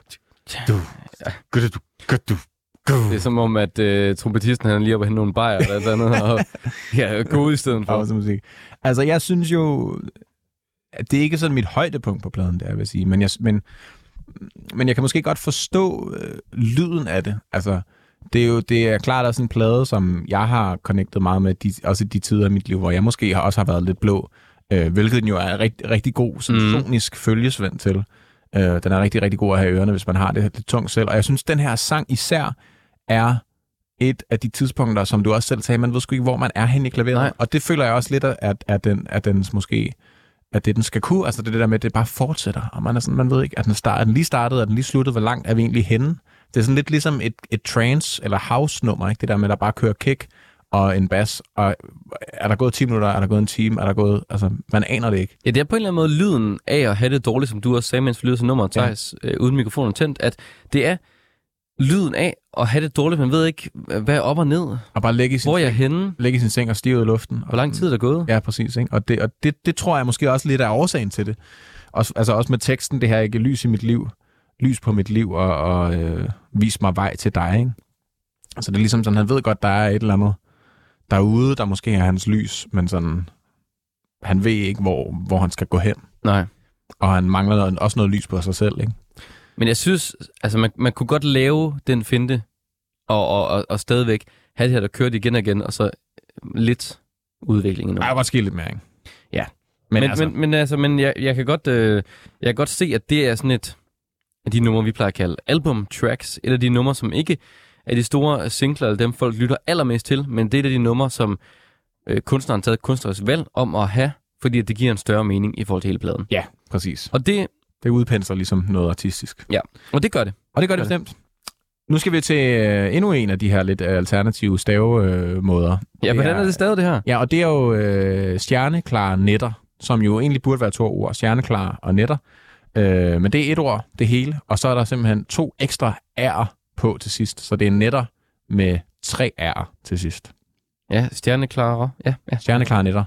Det er som om, at trompetisten han lige op og hente nogle bajer eller andet, og gå ud i stedet for. Musik. Altså, jeg synes jo, at det er ikke sådan mit højdepunkt på pladen, der vil jeg sige, men jeg kan måske godt forstå lyden af det. Altså, det er klart også en plade, som jeg har connectet meget med, også i de tider af mit liv, hvor jeg måske også har været lidt blå, hvilket den jo er rigtig, rigtig god sonisk følgesvend til. Den er rigtig, rigtig god at have i ørerne, hvis man har det lidt tungt selv. Og jeg synes, den her sang især er et af de tidspunkter, som du også selv sagde, man ved sgu ikke, hvor man er henne i klaveret. Nej. Og det føler jeg også lidt, at dens måske, at det den skal kunne. Altså det der med, at det bare fortsætter. Og man er sådan, man ved ikke, er den lige startet, er den lige sluttet, hvor langt er vi egentlig henne? Det er sådan lidt ligesom et trance- eller house-nummer, ikke? Det der med, der bare kører kick og en bass. Og er der gået 10 minutter, er der gået en time, er der gået... Altså, man aner det ikke. Ja, det er på en eller anden måde lyden af at have det dårligt, som du også sagde, mens vi lyder til nummeret, Thijs, uden mikrofonen tændt, at det er lyden af at have det dårligt, man ved ikke, hvad er op og ned. Og bare lægge i sin hvor er jeg henne? Lægge i sin seng og stige ud i luften. Hvor lang tid er der gået? Ja, præcis. Ikke? Og det tror jeg måske også lidt er årsagen til det. Også med teksten, det her ikke lys i mit liv, lys på mit liv, og vis mig vej til dig. Ikke? Altså det er ligesom sådan, han ved godt, der er et eller andet derude, der måske er hans lys, men sådan, han ved ikke, hvor han skal gå hen. Nej. Og han mangler også noget lys på sig selv, ikke? Men jeg synes, altså man kunne godt lave den finte, og stadigvæk have det her, der kørte igen og igen, og så lidt udvikling. Der var sket lidt mere, ikke? Ja. Men jeg kan godt se, at det er sådan et af de numre, vi plejer at kalde album tracks, eller de numre, som ikke er de store singler, eller dem folk lytter allermest til, men det er de numre, som kunstneren har taget kunstnerisk valg om at have, fordi det giver en større mening i forhold til hele pladen. Ja, præcis. Og det udpensler ligesom noget artistisk. Ja, og det gør det. Og det gør det bestemt. Nu skal vi til endnu en af de her lidt alternative stavemåder. Ja, hvordan er det stavet, det her? Ja, og det er jo stjerneklare netter, som jo egentlig burde være 2 ord. Stjerneklare og netter. Men det er 1 ord, det hele. Og så er der simpelthen 2 ekstra R'er på til sidst. Så det er netter med 3 R'er til sidst. Ja, stjerneklare. Ja. Stjerneklare netter.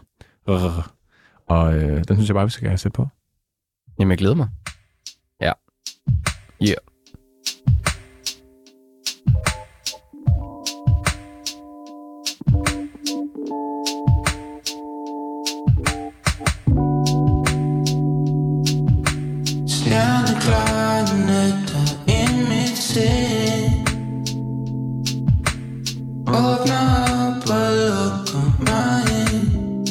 Og den synes jeg bare, vi skal have set på. Jamen, jeg glæder mig. Ja. Yeah. Stjerneklare nætter i mit sind. Åbner op og lukker mig ind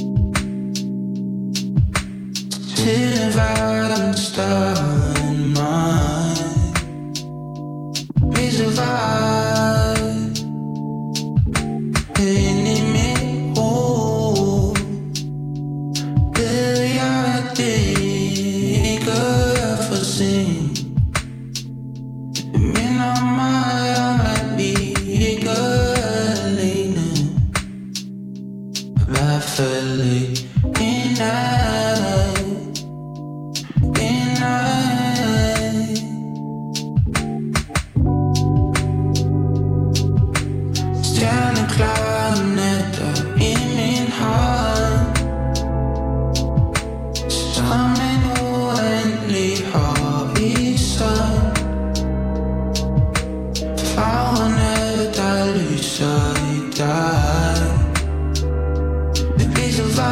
til en verden større end mig. Vise vej ind i mit hoved. Ved jeg, at det ikke er for sent. Det minder mig om, at vi ikke er alene. I hvert fald ikke i nat. I nat. Stjerneklare nætter i min hånd, som en uendelig horisont. Farverne, der lyser i dig, det viser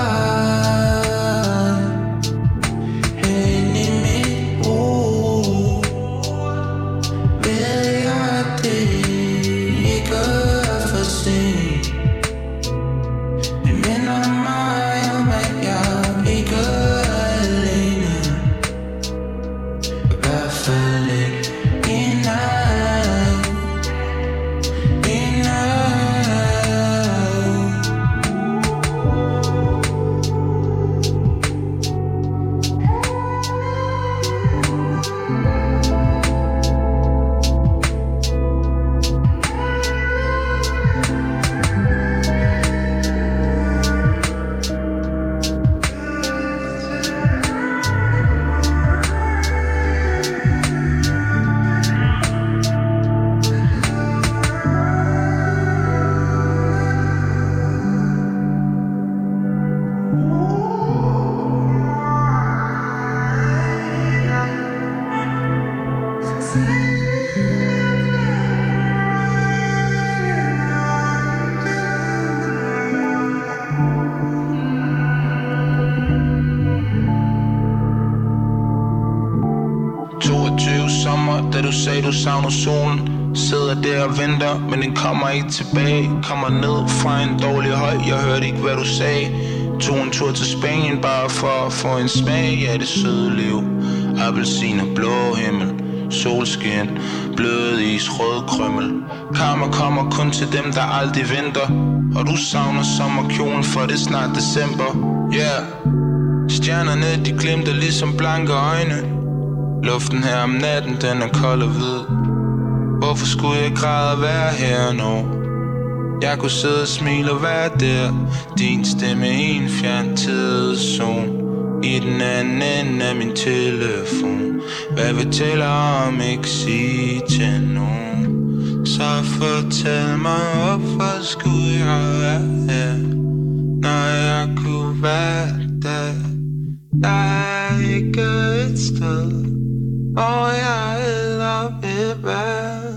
Da du sagde du savner solen, sidder der og venter, men den kommer ikke tilbage. Kommer ned fra en dårlig høj, jeg hørte ikke hvad du sagde. Tog en tur til Spanien bare for at få en smag af det søde liv. Appelsiner, blå himmel, solskin, blød is, rød krymmel. Karma kommer kun til dem der aldrig venter. Og du savner sommerkjolen, for det er snart december. Yeah. Stjernerne de glimter ligesom blanke øjne. Luften her om natten, den er kold og hvid. Hvorfor skulle jeg græde at være her nu? Jeg kunne sidde og smile og være der. Din stemme i en fjern tidszone. I den anden ende af min telefon. Hvad vil tælle om ikke sige til nogen? Så fortæl mig, hvorfor skulle jeg være her, når jeg kunne være der? Der er ikke et sted, og jeg hellere vil være.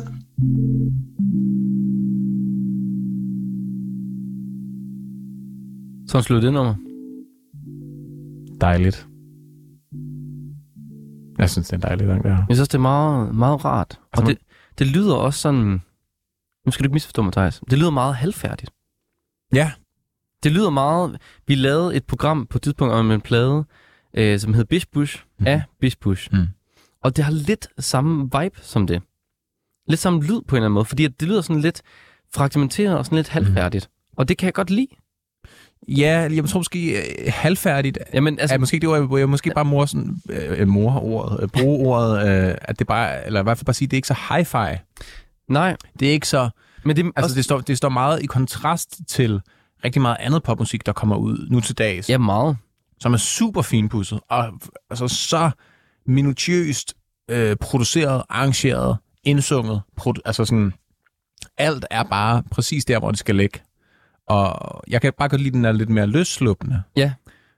Så slut det nummer. Dejligt. Jeg synes, det er en dejlig gang, det her. Jeg synes, det er meget, meget rart. Og det lyder også sådan... Nu skal du ikke misforstå mig, Theis. Det lyder meget halvfærdigt. Ja. Det lyder meget... Vi lavede et program på et tidspunkt om en plade, som hed Bish Bush, af Bish Bush. Mm. Og det har lidt samme vibe som det. Lidt samme lyd på en eller anden måde, fordi det lyder sådan lidt fragmenteret og sådan lidt halvfærdigt. Og det kan jeg godt lide. Ja, jeg tror måske halvfærdigt. Jamen, altså, måske det var jeg måske bare bruge ordet, at det bare, eller i hvert fald bare sige, det er ikke så hi-fi. Nej. Det er ikke så... Men det, altså, det står meget i kontrast til rigtig meget andet popmusik, der kommer ud nu til dags. Ja, meget. Som er super finpudset, og altså så minutiøst produceret, arrangeret, indsunget. Altså sådan, alt er bare præcis der, hvor det skal ligge. Og jeg kan bare godt lide, den er lidt mere løssluppende. Ja.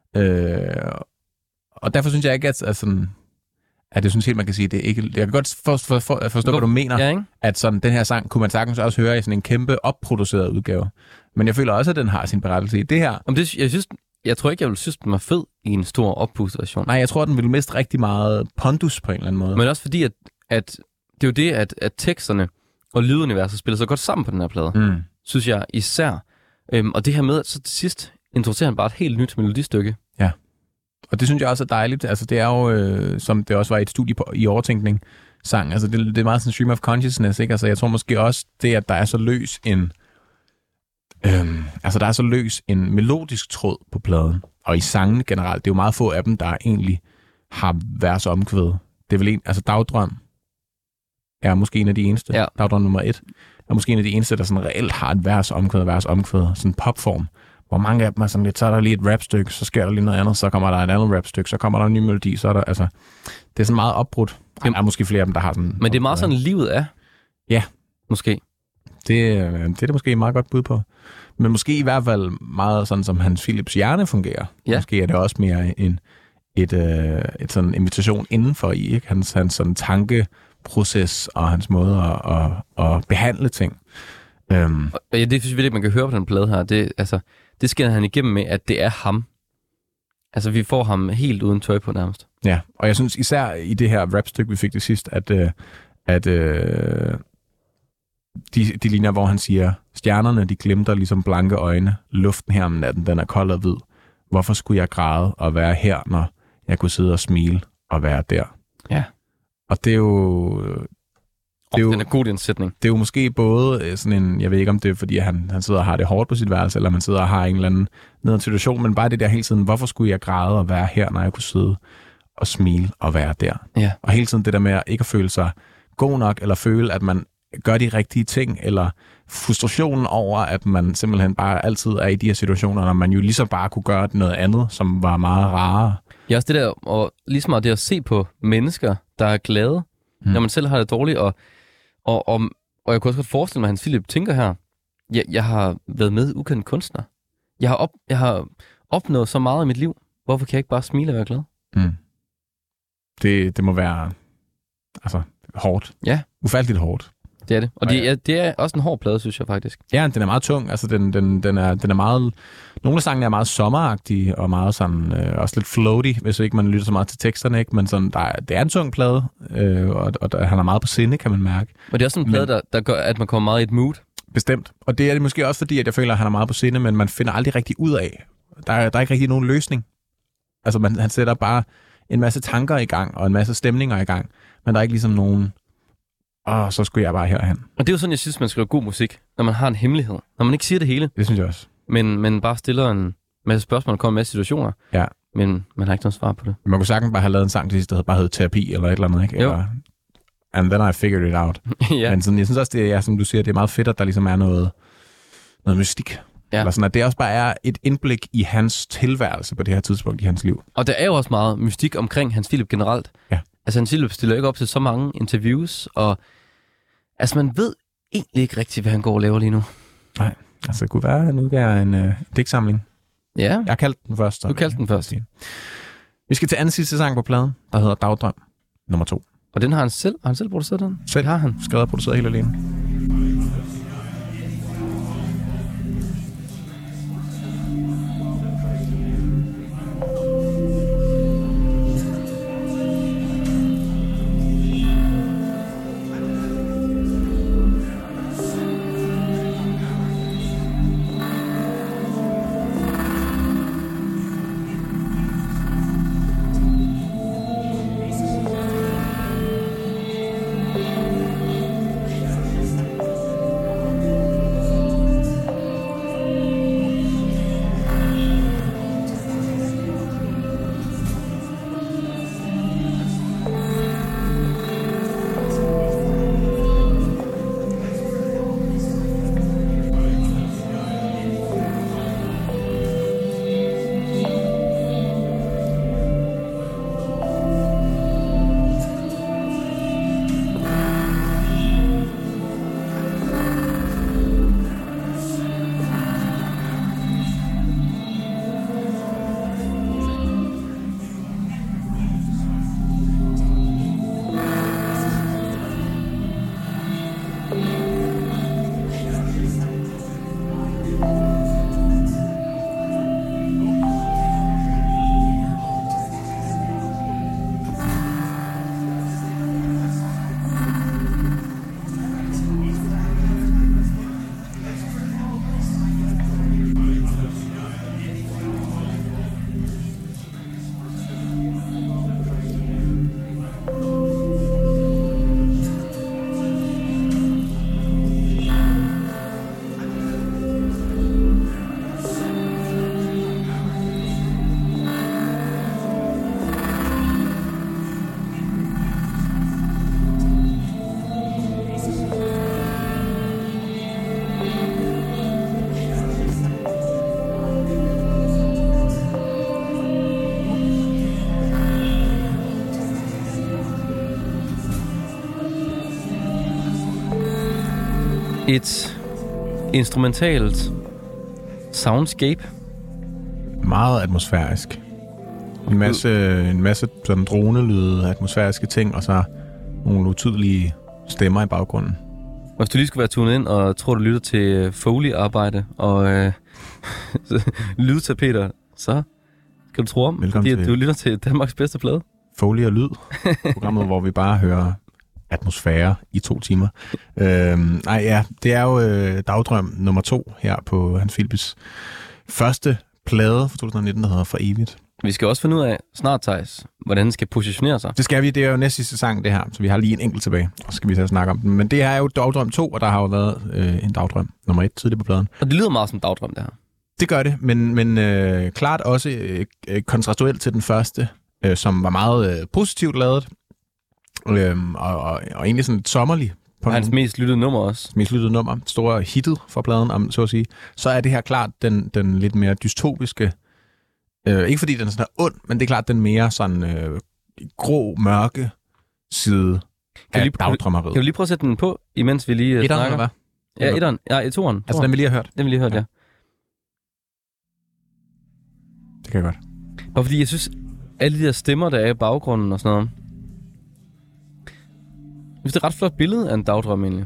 Og derfor synes jeg ikke, at jeg synes helt, man kan sige, det ikke... Jeg kan godt forstå, hvad du mener, ja, at sådan, den her sang kunne man sagtens også høre i sådan en kæmpe opproduceret udgave. Men jeg føler også, at den har sin berettelse i det her. Jeg tror ikke, jeg ville synes, den var fed i en stor oppustet version. Nej, jeg tror, den ville miste rigtig meget pondus på en eller anden måde. Men også fordi, at det er jo det, at teksterne og lyduniverset spiller så godt sammen på den her plade. Synes jeg især. Og det her med, at så til sidst introducerer han bare et helt nyt melodistykke. Ja. Og det synes jeg også er dejligt. Altså det er jo, som det også var i et studie i overtænkning sang, altså det er meget sådan stream of consciousness, ikke? Altså jeg tror måske også det, at der er så løs en melodisk tråd på pladen, og i sangen generelt, det er jo meget få af dem, der egentlig har vers omkvæd. Det er vel Dagdrøm er måske en af de eneste. Ja. Dagdrøm nummer 1 er måske en af de eneste, der sådan reelt har et vers omkvæd, sådan popform. Hvor mange af dem er sådan lidt, så er der lige et rapstykke, så sker der lige noget andet, så kommer der et andet rapstykke, så kommer der en ny melodi, så er der, altså, det er sådan meget opbrudt. Der er måske flere af dem, der har sådan... Men det er meget sådan, livet er. Ja. Måske. Det er det måske et meget godt bud på. Men måske i hvert fald meget sådan, som Hans Philips hjerne fungerer. Ja. Måske er det også mere et sådan invitation indenfor i, ikke? Hans sådan tankeproces og hans måde at behandle ting. Ja, det synes jeg, man kan høre på den plade her. Det sker han igennem med, at det er ham. Altså, vi får ham helt uden tøj på nærmest. Ja, og jeg synes især i det her rapstykke, vi fik det sidst, at de linjer, hvor han siger, stjernerne, de glimter ligesom blanke øjne. Luften her om natten, den er kold og hvid. Hvorfor skulle jeg græde og være her, når jeg kunne sidde og smile og være der? Ja. Og det er jo... den er god i en sætning. Det er jo måske både sådan en, jeg ved ikke om det er, fordi han sidder og har det hårdt på sit værelse, eller man sidder og har en eller anden nederen situation, men bare det der hele tiden, hvorfor skulle jeg græde og være her, når jeg kunne sidde og smile og være der? Ja. Og hele tiden det der med at ikke at føle sig god nok, eller føle, at man gør de rigtige ting, eller frustrationen over, at man simpelthen bare altid er i de her situationer, når man jo ligesom bare kunne gøre noget andet, som var meget rarere. Ja, også det der, og ligesom meget det at se på mennesker, der er glade, når man selv har det dårligt, og jeg kunne også godt forestille mig, at Hans Philip tænker her, jeg har været med ukendt kunstner. Jeg har opnået så meget i mit liv. Hvorfor kan jeg ikke bare smile og være glad? Mm. Det må være hårdt. Ja. Ufatteligt hårdt. Det er det. Og det er også en hård plade, synes jeg faktisk. Ja, den er meget tung. Altså, den er meget... Nogle af sangene er meget sommeragtige, og meget sådan, også lidt floaty, hvis ikke man lytter så meget til teksterne, ikke? Men sådan, det er en tung plade, og han er meget på sinde, kan man mærke. Og det er også en plade, der gør, at man kommer meget i et mood. Bestemt. Og det er det måske også fordi, at jeg føler, at han er meget på sinde, men man finder aldrig rigtig ud af. Der er ikke rigtig nogen løsning. Altså, han sætter bare en masse tanker i gang, og en masse stemninger i gang, men der er ikke ligesom nogen... så skulle jeg bare herhen. Og det er jo sådan, jeg synes, man skal lave god musik, når man har en hemmelighed. Når man ikke siger det hele. Det synes jeg også. Men bare stiller en masse spørgsmål og kommer med situationer. Ja. Men man har ikke noget svar på det. Man kunne sagtens bare have lavet en sang til sidst, der bare hed Terapi, eller et eller andet, ikke? Eller, and then I figured it out. Ja. Men sådan, jeg synes også, det er, som du siger, det er meget fedt, at der ligesom er noget mystik. Ja. Eller sådan, at det også bare er et indblik i hans tilværelse på det her tidspunkt i hans liv. Og der er jo også meget mystik omkring Hans Philip generelt. Ja. Altså, Hans Philip stiller ikke op til så mange interviews, og altså, man ved egentlig ikke rigtigt, hvad han går og laver lige nu. Nej, altså, det kunne være, at han udgav en digtsamling. Ja. Jeg kaldte den først. Du kaldte den først. Vi skal til anden sidste sang på pladen, der hedder Dagdrøm nummer 2. Og den har han selv? Har han selv produceret den? Selv har han. Skrevet og produceret helt alene. Et instrumentalt soundscape. Meget atmosfærisk. En masse sådan dronelyde, atmosfæriske ting, og så nogle utydelige stemmer i baggrunden. Hvis du lige skulle være tunet ind og tror, du lytter til Foley-arbejde og lydtapeter, så skal du tro om, fordi du lytter til Danmarks bedste plade. Foley og lyd. Programmet, hvor vi bare hører atmosfære i 2 timer. Det er jo Dagdrøm nummer 2 her på Hans Philips første plade fra 2019, der hedder For Evigt. Vi skal også finde ud af snart, Theis, hvordan den skal positionere sig. Det skal vi. Det er jo næste sidste sang, det her. Så vi har lige en enkelt tilbage, og så skal vi så snakke om den. Men det her er jo Dagdrøm 2, og der har jo været en Dagdrøm nummer 1 tidligere på pladen. Og det lyder meget som Dagdrøm, det her. Det gør det, men klart også kontrastuelt til den første, som var meget positivt lavet, og egentlig sådan et sommerligt. På hans mest lyttede nummer også. Mest lyttede nummer. Store hittet for pladen, om så at sige. Så er det her klart den lidt mere dystopiske. Ikke fordi den er sådan ond, men det er klart den mere sådan grå, mørke side af dagdrømmeriet. Kan du lige prøve at sætte den på, imens vi lige snakker? Eller hvad? Ja, etteren. Ja, toeren. Altså den vi lige har hørt. Den vi lige har hørt, ja. Det kan jeg godt. Bare fordi jeg synes, alle de der stemmer, der er i baggrunden og sådan noget. Jeg synes, det er et ret flot billede af en dagdrøm egentlig.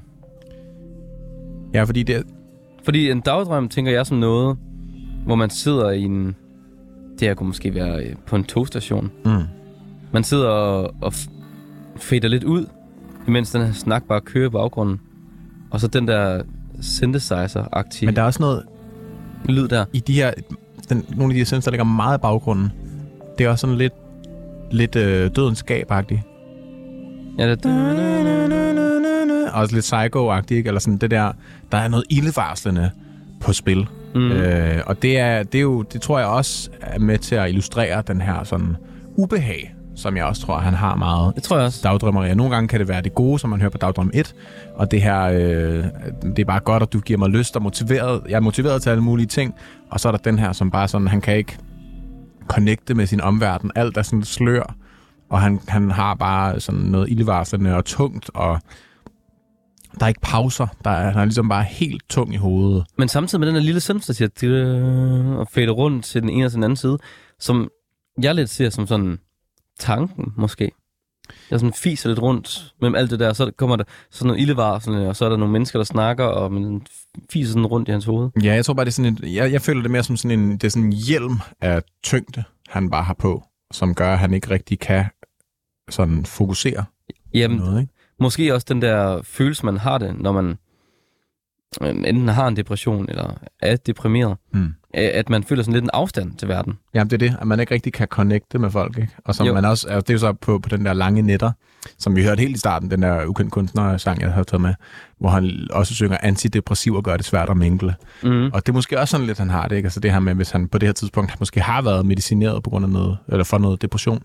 Ja, fordi det er... Fordi en dagdrøm, tænker jeg, som noget, hvor man sidder i en... Det her kunne måske være på en togstation. Man sidder og fader lidt ud, imens den her snak bare kører i baggrunden. Og så den der synthesizer-aktive... Men der er også noget... lyd der. I de her... nogle af de her synths, der ligger meget i baggrunden. Det er også sådan lidt dødens skab-agtigt. Ja, det også lidt psycho-agtigt, ikke? Eller sådan det der... Der er noget ildevarslende på spil. Og det tror jeg også er med til at illustrere den her sådan ubehag, som jeg også tror, han har meget. Det tror jeg også. Dagdrømmerier. Nogle gange kan det være det gode, som man hører på Dagdrøm 1, og det her, det er bare godt, at du giver mig lyst og motiveret. Jeg er motiveret til alle mulige ting, og så er der den her, som bare sådan, han kan ikke connecte med sin omverden. Alt er sådan slør, og han har bare sådan noget ildevarslende og tungt, og der er ikke pauser. Han er ligesom bare helt tung i hovedet. Men samtidig med den her lille synth, der siger og fader rundt til den ene og til den anden side, som jeg lidt ser som sådan tanken, måske. Der sådan fiser lidt rundt mellem alt det der, så kommer der sådan noget ildevarslende, og så er der nogle mennesker, der snakker, og man fiser sådan rundt i hans hoved. Ja, jeg tror bare, det er sådan jeg føler det mere som sådan det er sådan en hjelm af tyngde, han bare har på, som gør, at han ikke rigtig kan sådan fokusere. Jamen, noget, ikke? Måske også den der følelse, man har det, når man enten har en depression, eller er deprimeret. At man føler sådan lidt en afstand til verden. Jamen, det er det, at man ikke rigtig kan connecte med folk, ikke? Og som man også, det er jo så på den der lange netter, som vi hørte helt i starten, den der ukendt kunstner-sang, jeg har taget med, hvor han også synger antidepressiv og gør det svært at mingle. Og det er måske også sådan lidt, han har det, ikke? Altså det her med, hvis han på det her tidspunkt måske har været medicineret på grund af noget, eller for noget depression,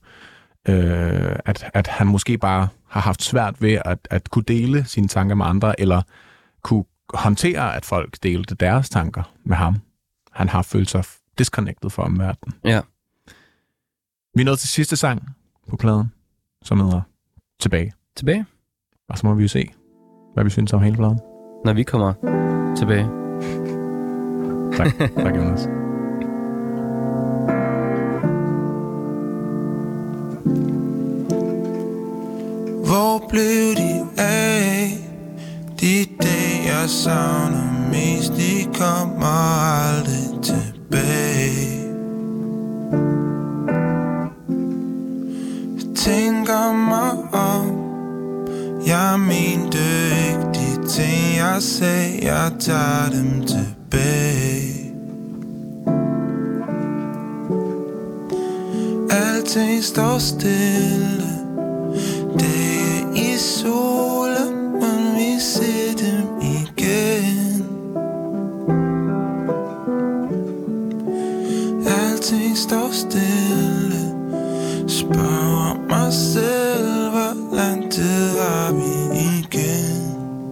at han måske bare har haft svært ved at kunne dele sine tanker med andre, eller kunne håndtere, at folk delte deres tanker med ham. Han har følt sig disconnected fra omverdenen. Ja. Vi er nået til sidste sang på pladen, som hedder Tilbage. Tilbage? Og så må vi jo se, hvad vi synes om hele pladen. Når vi kommer tilbage. Tak. Tak, Jonas. Hvor blev de af? De dage jeg savner mest, de kommer aldrig tilbage. Jeg tænker mig om, jeg mente ikke de ting jeg sagde, jeg tager dem tilbage. Alting står stille, dage i solen, men vi ser dem igen. Alting står stille, spørger mig selv, hvor lang tid har vi igen.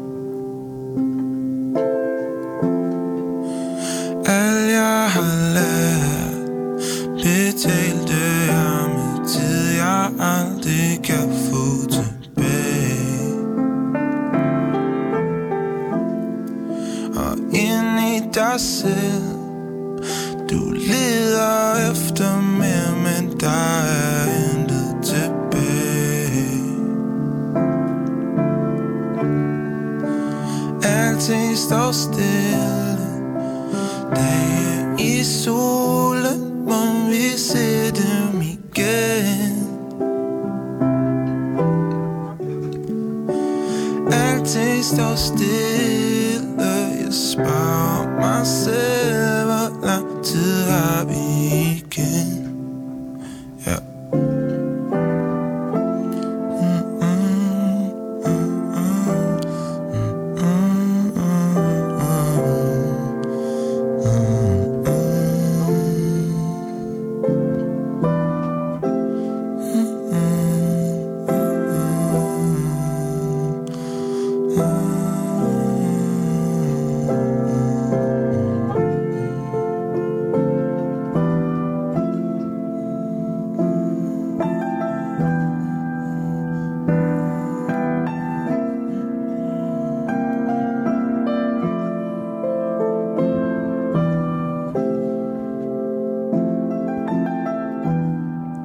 Alt jeg har lært, betalte jeg med tid, jeg aldrig kan få tilbage. Og ind i dig selv, du leder efter mere, men der er intet tilbage. Alting står stille, dage i solen, må vi se dem igen. Alting står stille, jeg spørger mig selv, hvor lang tid har vi igen? Ja.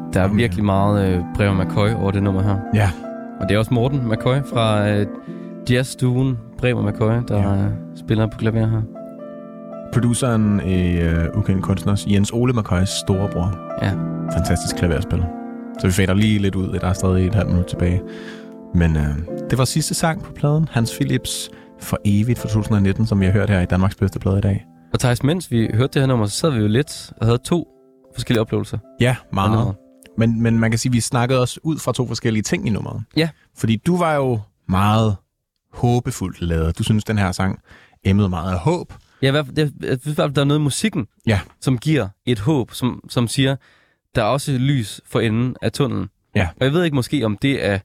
Der er virkelig meget Bremer McCoy over det nummer her. Ja. Og det er også Morten McCoy fra jazzstuen Bremer McCoy, der spiller på klaver her. Produceren i Ukendte Kunstners, Jens Ole McCoys storebror. Ja. Fantastisk klaverspiller. Så vi fader lige lidt ud, der er stadig et halvt minut tilbage. Men det var sidste sang på pladen, Hans Philips For Evigt fra 2019, som vi har hørt her i Danmarks bedste plade i dag. Og Thijs, mens vi hørte det her nummer, så sad vi jo lidt og havde 2 forskellige oplevelser. Ja, meget. Men man kan sige, at vi snakkede os ud fra 2 forskellige ting i nummeret. Ja. Fordi du var jo meget håbefuldt lavet. Du synes, den her sang emmede meget af håb. Ja, jeg synes, der er noget i musikken, som giver et håb, som siger, der er også lys for enden af tunnelen. Ja. Og jeg ved ikke måske, om det er...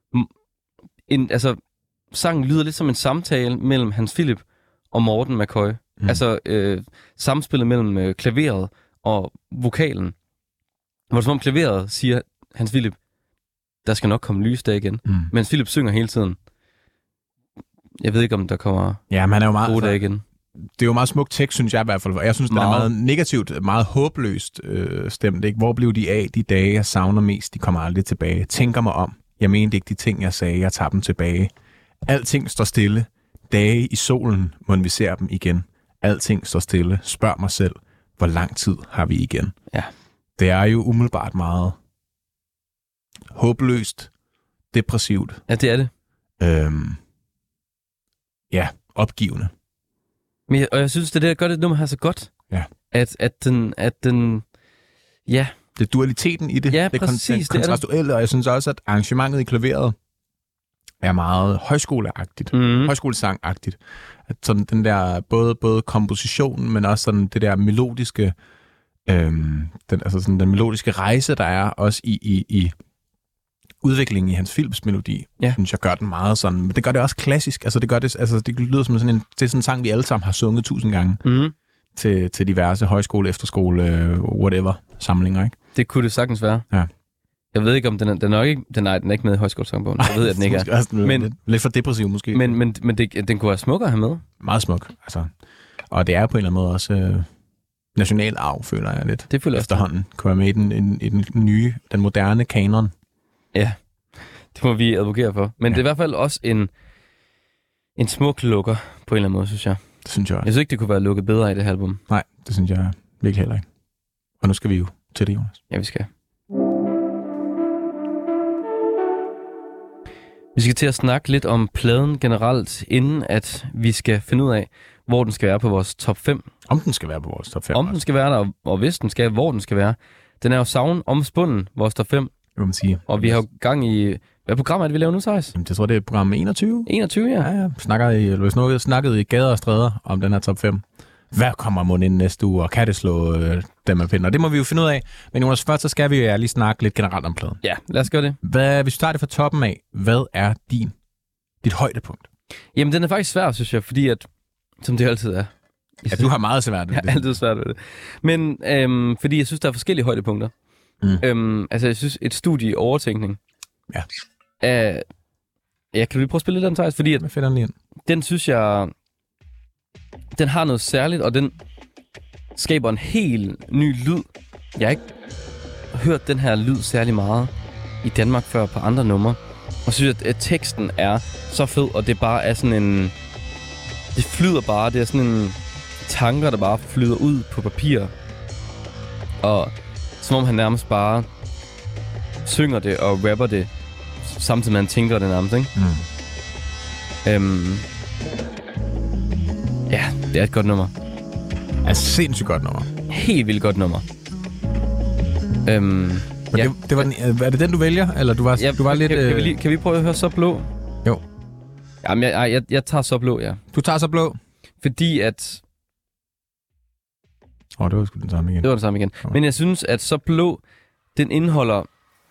sangen lyder lidt som en samtale mellem Hans Philip og Morten McCoy. Altså samspillet mellem klaveret og vokalen. Hvor som om klaveret siger, Hans Philip, der skal nok komme lys der igen. Mens Philip synger hele tiden. Jeg ved ikke, om der kommer han er jo meget, gode dage igen. Det er jo meget smukt tekst, synes jeg i hvert fald. Jeg synes, den er meget negativt, meget håbløst stemt. Ikke? Hvor blev de af de dage, jeg savner mest? De kommer aldrig tilbage. Tænker mig om. Jeg mente ikke de ting, jeg sagde. Jeg tager dem tilbage. Alting står stille. Dage i solen, må vi ser dem igen. Alting står stille. Spørg mig selv, hvor lang tid har vi igen? Ja. Det er jo umiddelbart meget håbløst, depressivt. Ja, det er det. Opgivende. Og jeg synes, det der gør det nummer her så godt. Ja. At den ja. Det er dualiteten i det. Ja, det præcis. Det er kontrastuelle, og jeg synes også, at arrangementet i klaveret er meget højskoleagtigt. Højskolesangagtigt. At sådan den der, både kompositionen, men også sådan det der melodiske, den melodiske rejse, der er også i udviklingen i Hans Philips melodi, synes jeg gør den meget sådan, men det gør det også klassisk. Altså det lyder som sådan en sang, vi alle sammen har sunget 1000 gange til diverse højskole, efterskole, whatever samlinger, ikke? Det kunne det sagtens være. Ja. Jeg ved ikke, om den er ikke med i højskolesangbogen. Jeg ved, at den ikke er. Men, lidt for depressiv måske. Men den kunne være smukkere at have med. Meget smuk. Altså. Og det er på en eller anden måde også nationalarv, føler jeg lidt. Det føler jeg efterhånden. Kunne være med i den nye, den moderne kanon. Ja, det må vi advokere for. Men det er i hvert fald også en smuk lukker, på en eller anden måde, synes jeg. Det synes jeg også. Jeg synes ikke, det kunne være lukket bedre i det her album. Nej, det synes jeg virkelig heller ikke. Og nu skal vi jo til det, Jonas. Ja, vi skal. Vi skal til at snakke lidt om pladen generelt, inden at vi skal finde ud af, hvor den skal være på vores top 5. Om den skal være på vores top 5. Om den skal være der, og hvis den skal, hvor den skal være. Den er jo savnomspunden, vores top 5. Vil man sige. Og vi har jo gang i... Hvad program er det, vi laver nu, Thijs? Jamen, jeg tror, det er program 21. 21, ja. Ja. Snakkede i gader og stræder om den her top 5. Hvad kommer mon ind næste uge, og kan det slå dem af pinden? Og det må vi jo finde ud af. Men Jonas, først så skal vi jo lige snakke lidt generelt om pladen. Ja, lad os gøre det. Hvis vi tager det fra toppen af, hvad er dit højdepunkt? Jamen, den er faktisk svær, synes jeg, fordi at... Som det altid er. Ja, du har meget svært ved det. Jeg har altid svært ved det. Men fordi jeg synes, der er forskellige højdepunkter. Altså, jeg synes, et studie i overtænkning. Ja. Kan du lige prøve at spille lidt af den, Thijs? Fordi at den synes jeg... Den har noget særligt, og den skaber en helt ny lyd. Jeg har ikke hørt den her lyd særlig meget i Danmark før på andre numre. Og synes, at teksten er så fed, og det bare er sådan en... Det flyder bare. Det er sådan en tanker, der bare flyder ud på papir. Og som om han nærmest bare synger det og rapper det, samtidig med han tænker det nærmest, ikke? Ja, det er et godt nummer. Altså sindssygt godt nummer. Helt vildt godt nummer. Det var den, er det den, du vælger? Eller du var lidt... Kan vi prøve at høre Så Blå? Jo. Jamen, jeg tager Så Blå, ja. Du tager Så Blå? Fordi at... det var sgu den samme igen. Det var det samme igen. Okay. Men jeg synes, at Så Blå, den indeholder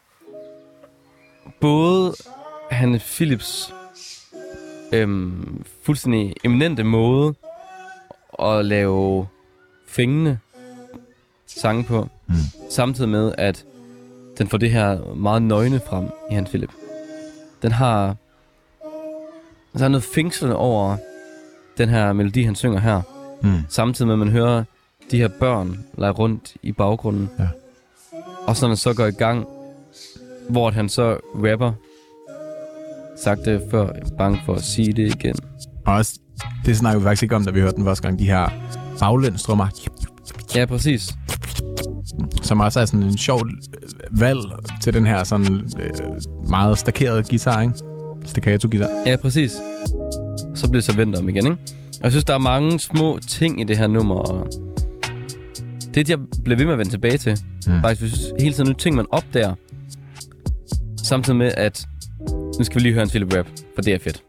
både Hanne Philips fuldstændig eminente måde at lave fængende sange på, samtidig med, at den får det her meget nøgne frem i Hans Philip. Den har noget fængslende over den her melodi, han synger her. Samtidig med, at man hører de her børn lege rundt i baggrunden. Ja. Og så når så går i gang, hvor han så rapper. Sagt det før, jeg er bange for at sige det igen. Og også, det snakker vi faktisk ikke om, da vi hørte den første gang, de her baglændstrummer. Ja, præcis. Som også er sådan en sjov valg til den her sådan meget stakkerede guitar, ikke? Staccato-guitar. Ja, præcis. Så bliver det så vendt om igen, ikke? Og jeg synes, der er mange små ting i det her nummer, og det, jeg bliver ved med at vende tilbage til. Faktisk, jeg synes, hele tiden nogle ting, man opdager, samtidig med, at nu skal vi lige høre en Philip rap, for det er fedt.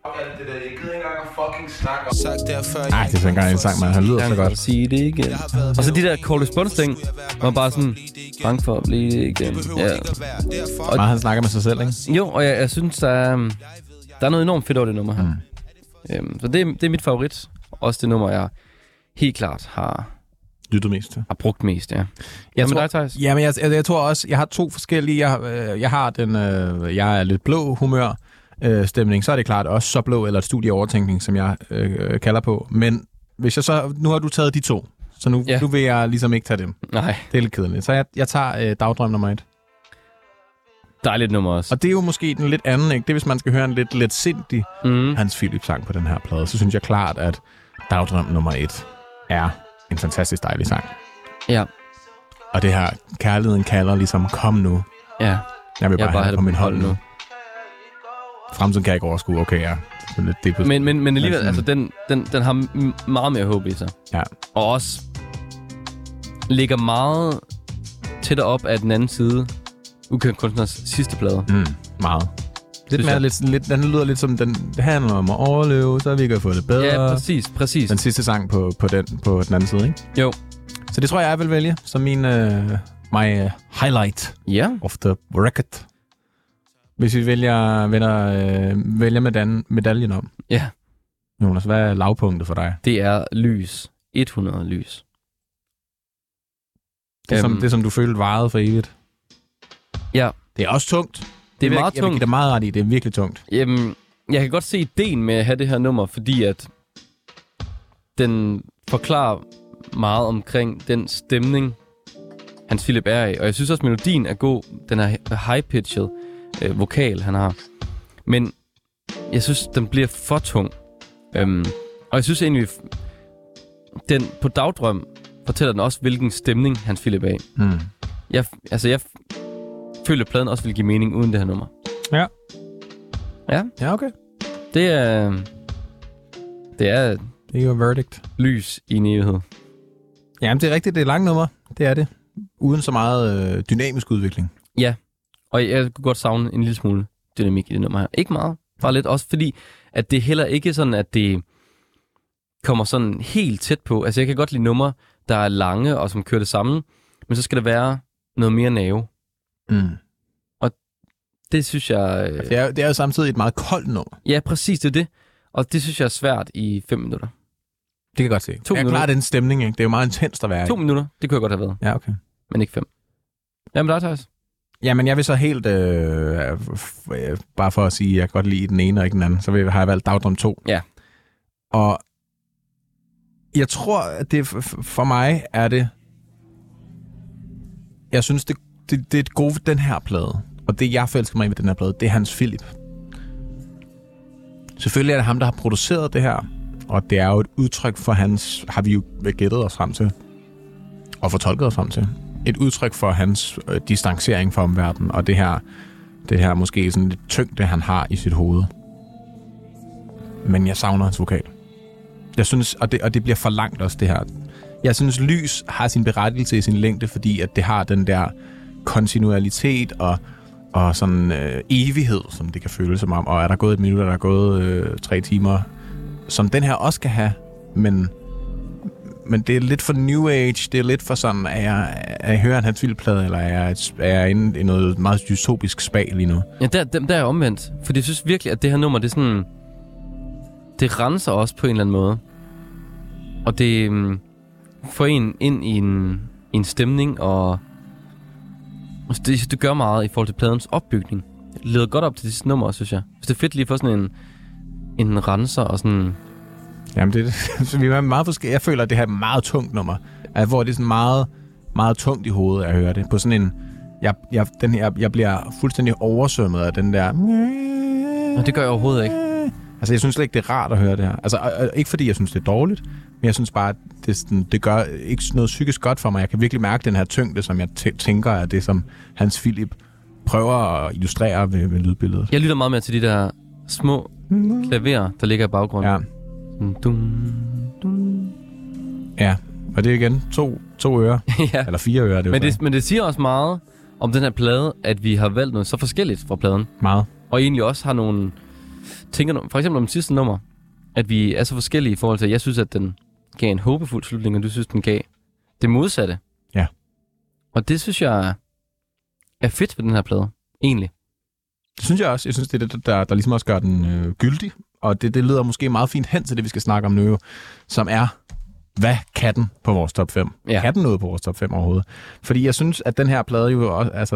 Nej, det er sådan en sang, man har lyder så godt. Sige det igen. Og så de der call response ting, hvor man bare sådan, bange for at blive det igen. Ja. Og han snakker med sig selv, ikke? Jo, og jeg synes, der er noget enormt fedt over det nummer her. Så det er mit favorit. Også det nummer, jeg helt klart har lyttet mest til. Har brugt mest, ja. Jeg tror også, jeg har to forskellige. Jeg har den, jeg er lidt blå humør stemning, så er det klart også så blå eller et studieovertænkning, som jeg kalder på. Men hvis jeg så, nu har du taget de to, så nu vil jeg ligesom ikke tage dem. Nej. Det er lidt kedeligt. Så jeg tager Dagdrøm nummer 1. Dejligt nummer også. Og det er jo måske den lidt anden, ikke? Det er, hvis man skal høre en lidt sindig Hans Philip sang på den her plade, så synes jeg klart, at Dagdrøm nummer 1 er en fantastisk dejlig sang. Ja. Og det her, kærligheden kalder ligesom, kom nu. Ja. Jeg vil bare have det på min hold nu. Fremtiden kan jeg ikke overskue, okay, ja. Men alligevel, altså, den har meget mere håb i sig. Ja. Og også ligger meget tættere op af den anden side. Ukendt kunstners sidste plade. Meget. Den lyder lidt som, det handler om at overleve, så vi kan få det bedre. Ja, præcis. Den sidste sang på den anden side, ikke? Jo. Så det tror jeg vil vælge som min my highlight of the record. Hvis vi vælger medaljen om. Ja. Jonas, hvad er lavpunktet for dig? Det er lys. 100 lys. Det som du følte varede for evigt. Ja. Det er også tungt. Det er meget tungt. Jeg vil give dig meget ret i, det er virkelig tungt. Jamen, jeg kan godt se ideen med at have det her nummer, fordi at den forklarer meget omkring den stemning, Hans Philip er i. Og jeg synes også, melodien er god. Den er high-pitched vokal, han har. Men jeg synes, den bliver for tung. Og jeg synes egentlig, den på Dagdrøm fortæller den også, hvilken stemning Hans Philip er i. Jeg føler, at pladen også vil give mening uden det her nummer. Ja. Ja, okay. Det er jo verdict. Lys i en evighed. Jamen, det er rigtigt. Det er et langt nummer. Det er det. Uden så meget dynamisk udvikling. Ja. Og jeg kunne godt savne en lille smule dynamik i det nummer her. Ikke meget. Bare lidt. Også fordi, at det heller ikke sådan, at det kommer sådan helt tæt på. Altså, jeg kan godt lide numre, der er lange og som kører det samme. Men så skal der være noget mere nerve. Og det synes jeg... Det er jo samtidig et meget koldt nummer. Ja, præcis, det er det. Og det synes jeg er svært i 5 minutter. Det kan jeg godt se. 2 minutter. Klart den stemning, ikke? Det er jo meget intenst at være 2 minutter, det kunne jeg godt have været. Ja, okay. Men ikke 5. Jamen, der er Thijs. Jamen, jeg vil så helt... bare for at sige, at jeg kan godt lide den ene og ikke den anden, så har jeg valgt Dagdrøm 2. Ja. Og jeg tror, at det for mig er det... Jeg synes, det er et gode ved den her plade. Og det, jeg forelsker mig ved den her plade, det er Hans Philip. Selvfølgelig er det ham, der har produceret det her. Og det er jo et udtryk for hans... Har vi jo gættet os frem til. Og fortolket os frem til. Et udtryk for hans distancering fra omverdenen. Og det her måske sådan lidt tyngde, han har i sit hoved. Men jeg savner hans vokal. Jeg synes... Og det bliver for langt også, det her. Jeg synes, lys har sin berettigelse i sin længde, fordi at det har den der kontinuitet og sådan evighed, som det kan føles som om. Og er der gået 1 minut, er der gået 3 timer, som den her også skal have. Men det er lidt for new age. Det er lidt for sådan, at jeg hører en Hans Philip-plade, eller er jeg inde i noget meget dystopisk spag lige nu? Ja, der er omvendt. For jeg synes virkelig, at det her nummer, det er sådan... Det renser også på en eller anden måde. Og det får en ind i en stemning, og det gør meget i forhold til pladens opbygning. Det leder godt op til de nummer, synes jeg. Så det er fedt lige at få sådan en renser og sådan... Jamen, vi er meget forskellige. Jeg føler, at det her er et meget tungt nummer. Hvor det er sådan meget, meget tungt i hovedet at høre det. På sådan Jeg bliver fuldstændig oversvømmet af den der... Og det gør jeg overhovedet ikke. Altså, jeg synes slet ikke, det er rart at høre det her. Altså, ikke fordi jeg synes, det er dårligt, men jeg synes bare, at det gør ikke noget psykisk godt for mig. Jeg kan virkelig mærke den her tyngde, som jeg tænker er det, som Hans Philip prøver at illustrere ved lydbilledet. Jeg lytter meget mere til de der små klaverer, der ligger i baggrunden. Ja. Ja, og det er igen to ører. Ja. Eller 4 ører. Men det siger også meget om den her plade, at vi har valgt noget så forskelligt fra pladen. Meget. Og egentlig også har nogle... For eksempel om det sidste nummer, at vi er så forskellige i forhold til, at jeg synes, at den gav en håbefuld slutning, og du synes, den gav det modsatte. Ja. Og det synes jeg er fedt ved den her plade, egentlig. Det synes jeg også. Jeg synes, det er det, der ligesom også gør den gyldig. Og det leder måske meget fint hen til det, vi skal snakke om nu, som er, hvad kan den på vores top 5? Ja. Kan den noget på vores top 5 overhovedet? Fordi jeg synes, at den her plade jo også, altså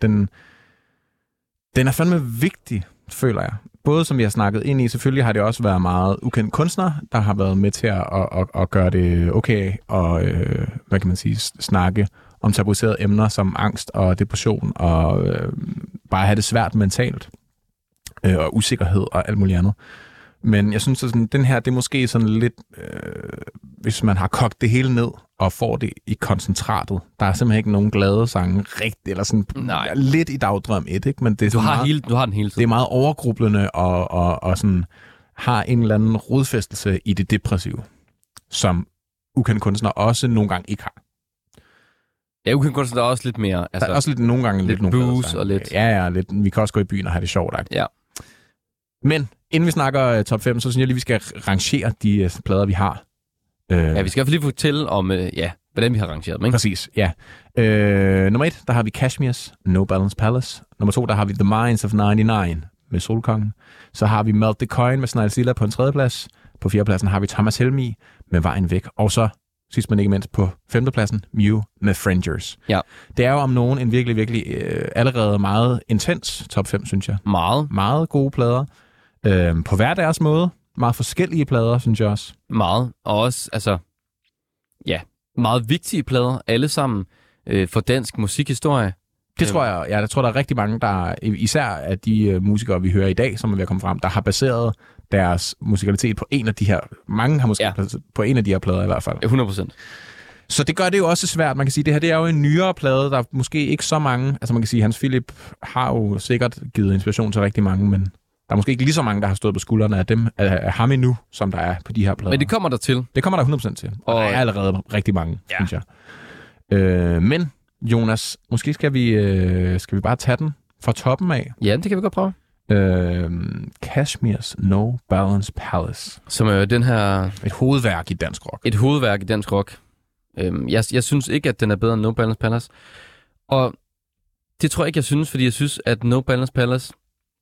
den er fandme vigtig, føler jeg. Både som vi har snakket ind i, selvfølgelig har det også været meget ukendt kunstner, der har været med til at gøre det okay, og hvad kan man sige, snakke om tabuiserede emner som angst og depression, og bare have det svært mentalt, og usikkerhed og alt muligt andet. Men jeg synes, at sådan, den her, det er måske sådan lidt, hvis man har kogt det hele ned og får det i koncentratet. Der er simpelthen ikke nogen glade sange rigtigt, eller sådan lidt i dagdrøm 1, ikke? Men det er du har den hele tiden. Det er meget overgrublende og sådan har en eller anden rodfæstelse i det depressive, som ukendt kunstner også nogle gange ikke har. Ja, ukendt kunstner er også lidt mere... Altså, der er også lidt nogle gange lidt blues og lidt... Ja, lidt. Vi kan også gå i byen og have det sjovt. Ja. Men inden vi snakker top 5, så synes jeg lige, vi skal rangere de plader, vi har. Ja, vi skal lige fortælle om, hvordan vi har rangeret dem, ikke? Præcis, ja. Nummer 1, der har vi Kashmirs No Balance Palace. Nummer 2, der har vi The Minds of 99 med Solkongen. Så har vi Melt the Coin med Snail Silla på en 3. plads. På 4. pladsen har vi Thomas Helmig med Vejen Væk. Og så, sidst men ikke mindst, på 5. pladsen, Mew med Frangers. Ja. Det er jo om nogen en virkelig, virkelig allerede meget intens top 5, synes jeg. Meget gode plader. På hver deres måde. Meget forskellige plader, synes jeg også. Meget. Og også, altså... Ja, meget vigtige plader, alle sammen, for dansk musikhistorie. Det tror jeg. Ja, jeg tror, der er rigtig mange, der... Især af de musikere, vi hører i dag, som er ved at komme frem, der har baseret deres musikalitet på en af de her... Mange har måske på en af de her plader i hvert fald. 100%. Så det gør det jo også svært. Man kan sige, det her det er jo en nyere plade, der er måske ikke så mange... Altså man kan sige, Hans Philip har jo sikkert givet inspiration til rigtig mange, men... Der er måske ikke lige så mange, der har stået på skuldrene af dem, af ham endnu, som der er på de her plader. Men det kommer der til. Det kommer der 100% til. Og der er allerede rigtig mange, synes jeg. Men, Jonas, måske skal vi bare tage den fra toppen af. Ja, det kan vi godt prøve. Kashmirs No Balance Palace. Som er den her... Et hovedværk i dansk rock. Et hovedværk i dansk rock. Jeg synes ikke, at den er bedre end No Balance Palace. Og det tror jeg ikke, jeg synes, fordi jeg synes, at No Balance Palace...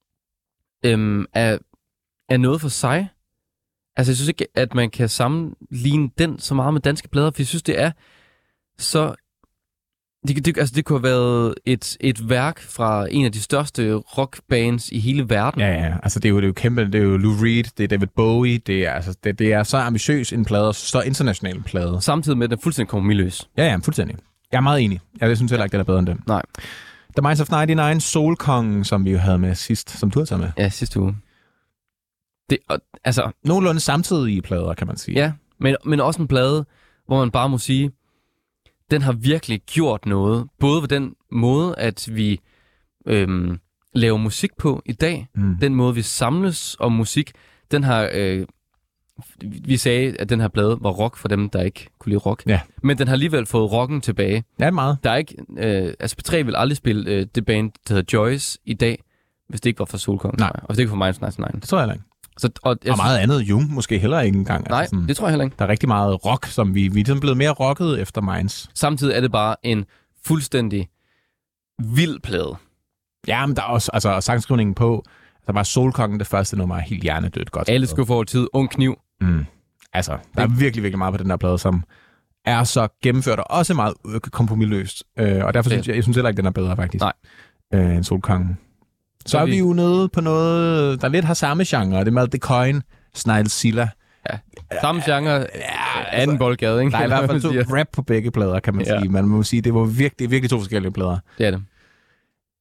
er noget for sig. Altså, jeg synes ikke, at man kan sammenligne den så meget med danske plader, for jeg synes, det er så... Det kunne have været et værk fra en af de største rockbands i hele verden. Ja. Altså, det er jo kæmpe. Det er jo Lou Reed, det er David Bowie, det er så ambitiøs en plade, så international en plade. Samtidig med, at den er fuldstændig kompromisløs. Ja, fuldstændig. Jeg er meget enig. Jeg synes heller ikke, det er bedre end den. Nej. The Minds of 99, Solkongen, som vi jo havde med sidst, som du har taget med. Ja, sidste uge. Det, altså... Nogenlunde samtidige plader, kan man sige. Ja, men også en plade, hvor man bare må sige, den har virkelig gjort noget. Både ved den måde, at vi laver musik på i dag, den måde, vi samles om musik, den har... vi sagde, at den her plade var rock for dem, der ikke kunne lide rock. Ja. Men den har alligevel fået rocken tilbage. Ja, meget. Der er ikke... altså, P3 vil aldrig spille det band, der hedder Joyce i dag, hvis det ikke var for Solkongen. Nej. Og hvis det ikke var for Minds 99. Det tror jeg heller ikke. Så, og meget andet Jung måske heller ikke engang. Nej, altså sådan, det tror jeg heller ikke. Der er rigtig meget rock, som vi er blevet mere rocket efter Minds. Samtidig er det bare en fuldstændig vild plade. Ja, men der er også altså, sangskrivningen på. Der var Solkongen det første nummer, helt hjernedødt godt. Alle skuffer over tid. Ung kniv. Altså, der er virkelig, virkelig meget på den der plade, som er så gennemført og også meget kompromisløst. Og derfor synes jeg synes heller ikke, den er bedre faktisk. Nej. End Solkongen. Så er vi jo nede på noget, der lidt har samme genre. Det er Melt the Coin, Snail Silla. Ja, samme genre, anden boldgade, ikke? Der er i hvert fald to rap på begge plader, kan man sige. Man må sige, det er virkelig to forskellige plader. Det er det.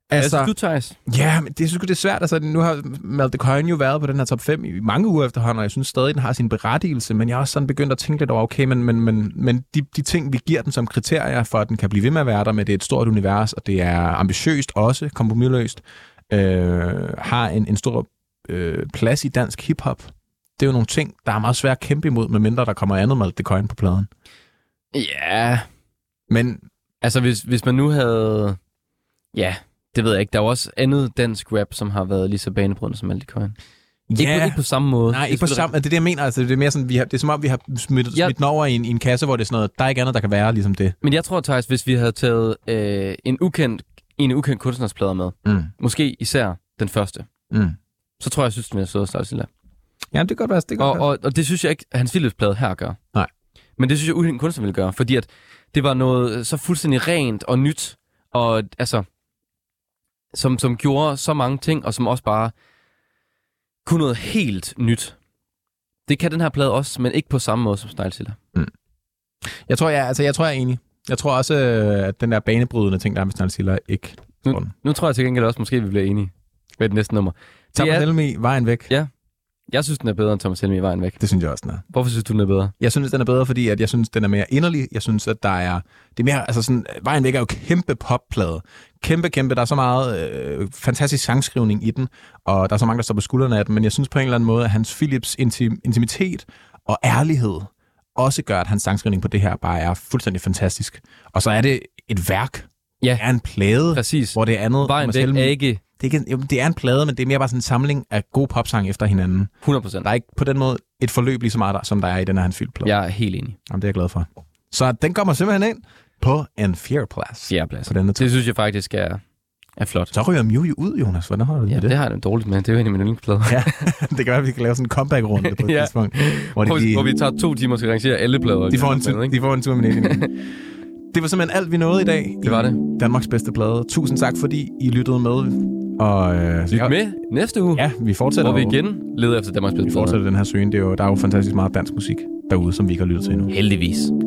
Altså, du, Theis? Ja, men det synes jeg, det er svært. Altså, nu har Malte Coyne jo været på den her top 5 i mange uger efterhånden, og jeg synes stadig, den har sin berettigelse, men jeg har også sådan begyndt at tænke lidt over, okay, men de ting, vi giver den som kriterier for, at den kan blive ved med at være der, med det er et stort univers, og det er ambitiøst også, kompromisløst, har en stor plads i dansk hiphop. Det er jo nogle ting, der er meget svært at kæmpe imod, medmindre der kommer andet Malte Coyne på pladen. Ja. Men altså, hvis man nu havde... Ja, det ved jeg ikke. Der er jo også andet dansk rap, som har været lige så banebrydende som Malte Coyne. Ikke på samme måde. Nej, ikke på samme. Det er det, jeg mener. Altså, det er mere sådan, det er som om, vi har smidt den over i en kasse, hvor det er sådan noget, der er ikke andet, der kan være ligesom det. Men jeg tror, Theis, hvis vi havde taget en ukendt kunstnersplader med, måske især den første, så tror jeg synes, den er sød og Style. Ja, det kan godt være. Det kan og det synes jeg ikke, at hans Philips-plade her gør. Nej. Men det synes jeg, ukendt kunstner ville gøre, fordi at det var noget så fuldstændig rent og nyt, og altså, som gjorde så mange ting, og som også bare kunne noget helt nyt. Det kan den her plade også, men ikke på samme måde som Style. Jeg tror, jeg er enig. Jeg tror også, at den der banebrydende ting, der er med Style, ikke... Nu tror jeg til gengæld også, måske vi bliver enige med det næste nummer. Thomas Helmig, Vejen Væk. Ja. Jeg synes, den er bedre end Thomas Helmig, Vejen Væk. Det synes jeg også, den er. Hvorfor synes du, den er bedre? Jeg synes, den er bedre, fordi at jeg synes, den er mere inderlig. Jeg synes, at det er mere, altså sådan, Vejen Væk er jo kæmpe popplade. Kæmpe. Der er så meget fantastisk sangskrivning i den, og der er så mange, der står på skuldrene af den, men jeg synes på en eller anden måde, at hans Philips intimitet og ærlighed også gør, at hans sangskrivning på det her bare er fuldstændig fantastisk. Og så er det et værk. Ja. Det er en plade, præcis. Hvor det er andet... Vejen Væk er ikke... Det er en plade, men det er mere bare sådan en samling af gode popsange efter hinanden. 100%. Der er ikke på den måde et forløb lige så meget, som der er i den her hans Philips-plade. Jeg er helt enig. Jamen, det er jeg glad for. Så den kommer simpelthen ind på en 4. plads. 4. plads. Det synes jeg faktisk er flot. Så ryger Mew ud, Jonas. Hvordan har du det? Det har jeg dårligt med. Det er jo en af mine yndlingsplader. Ja, det kan være, at vi kan lave sådan en comeback-runde på et tidspunkt. Hvor vi tager 2 timer og skal rangere alle plader. De får en tur med det. Det var simpelthen alt, vi nåede i dag. Det var det. Danmarks bedste plade. Tusind tak, fordi I lyttede med. Og lyt med næste uge. Ja, vi fortsætter. Hvor vi igen leder efter Danmarks bedste plade. Vi fortsætter den her søgen. Der er jo fantastisk meget dansk musik derude, som vi ikke har lyttet til endnu. Heldigvis.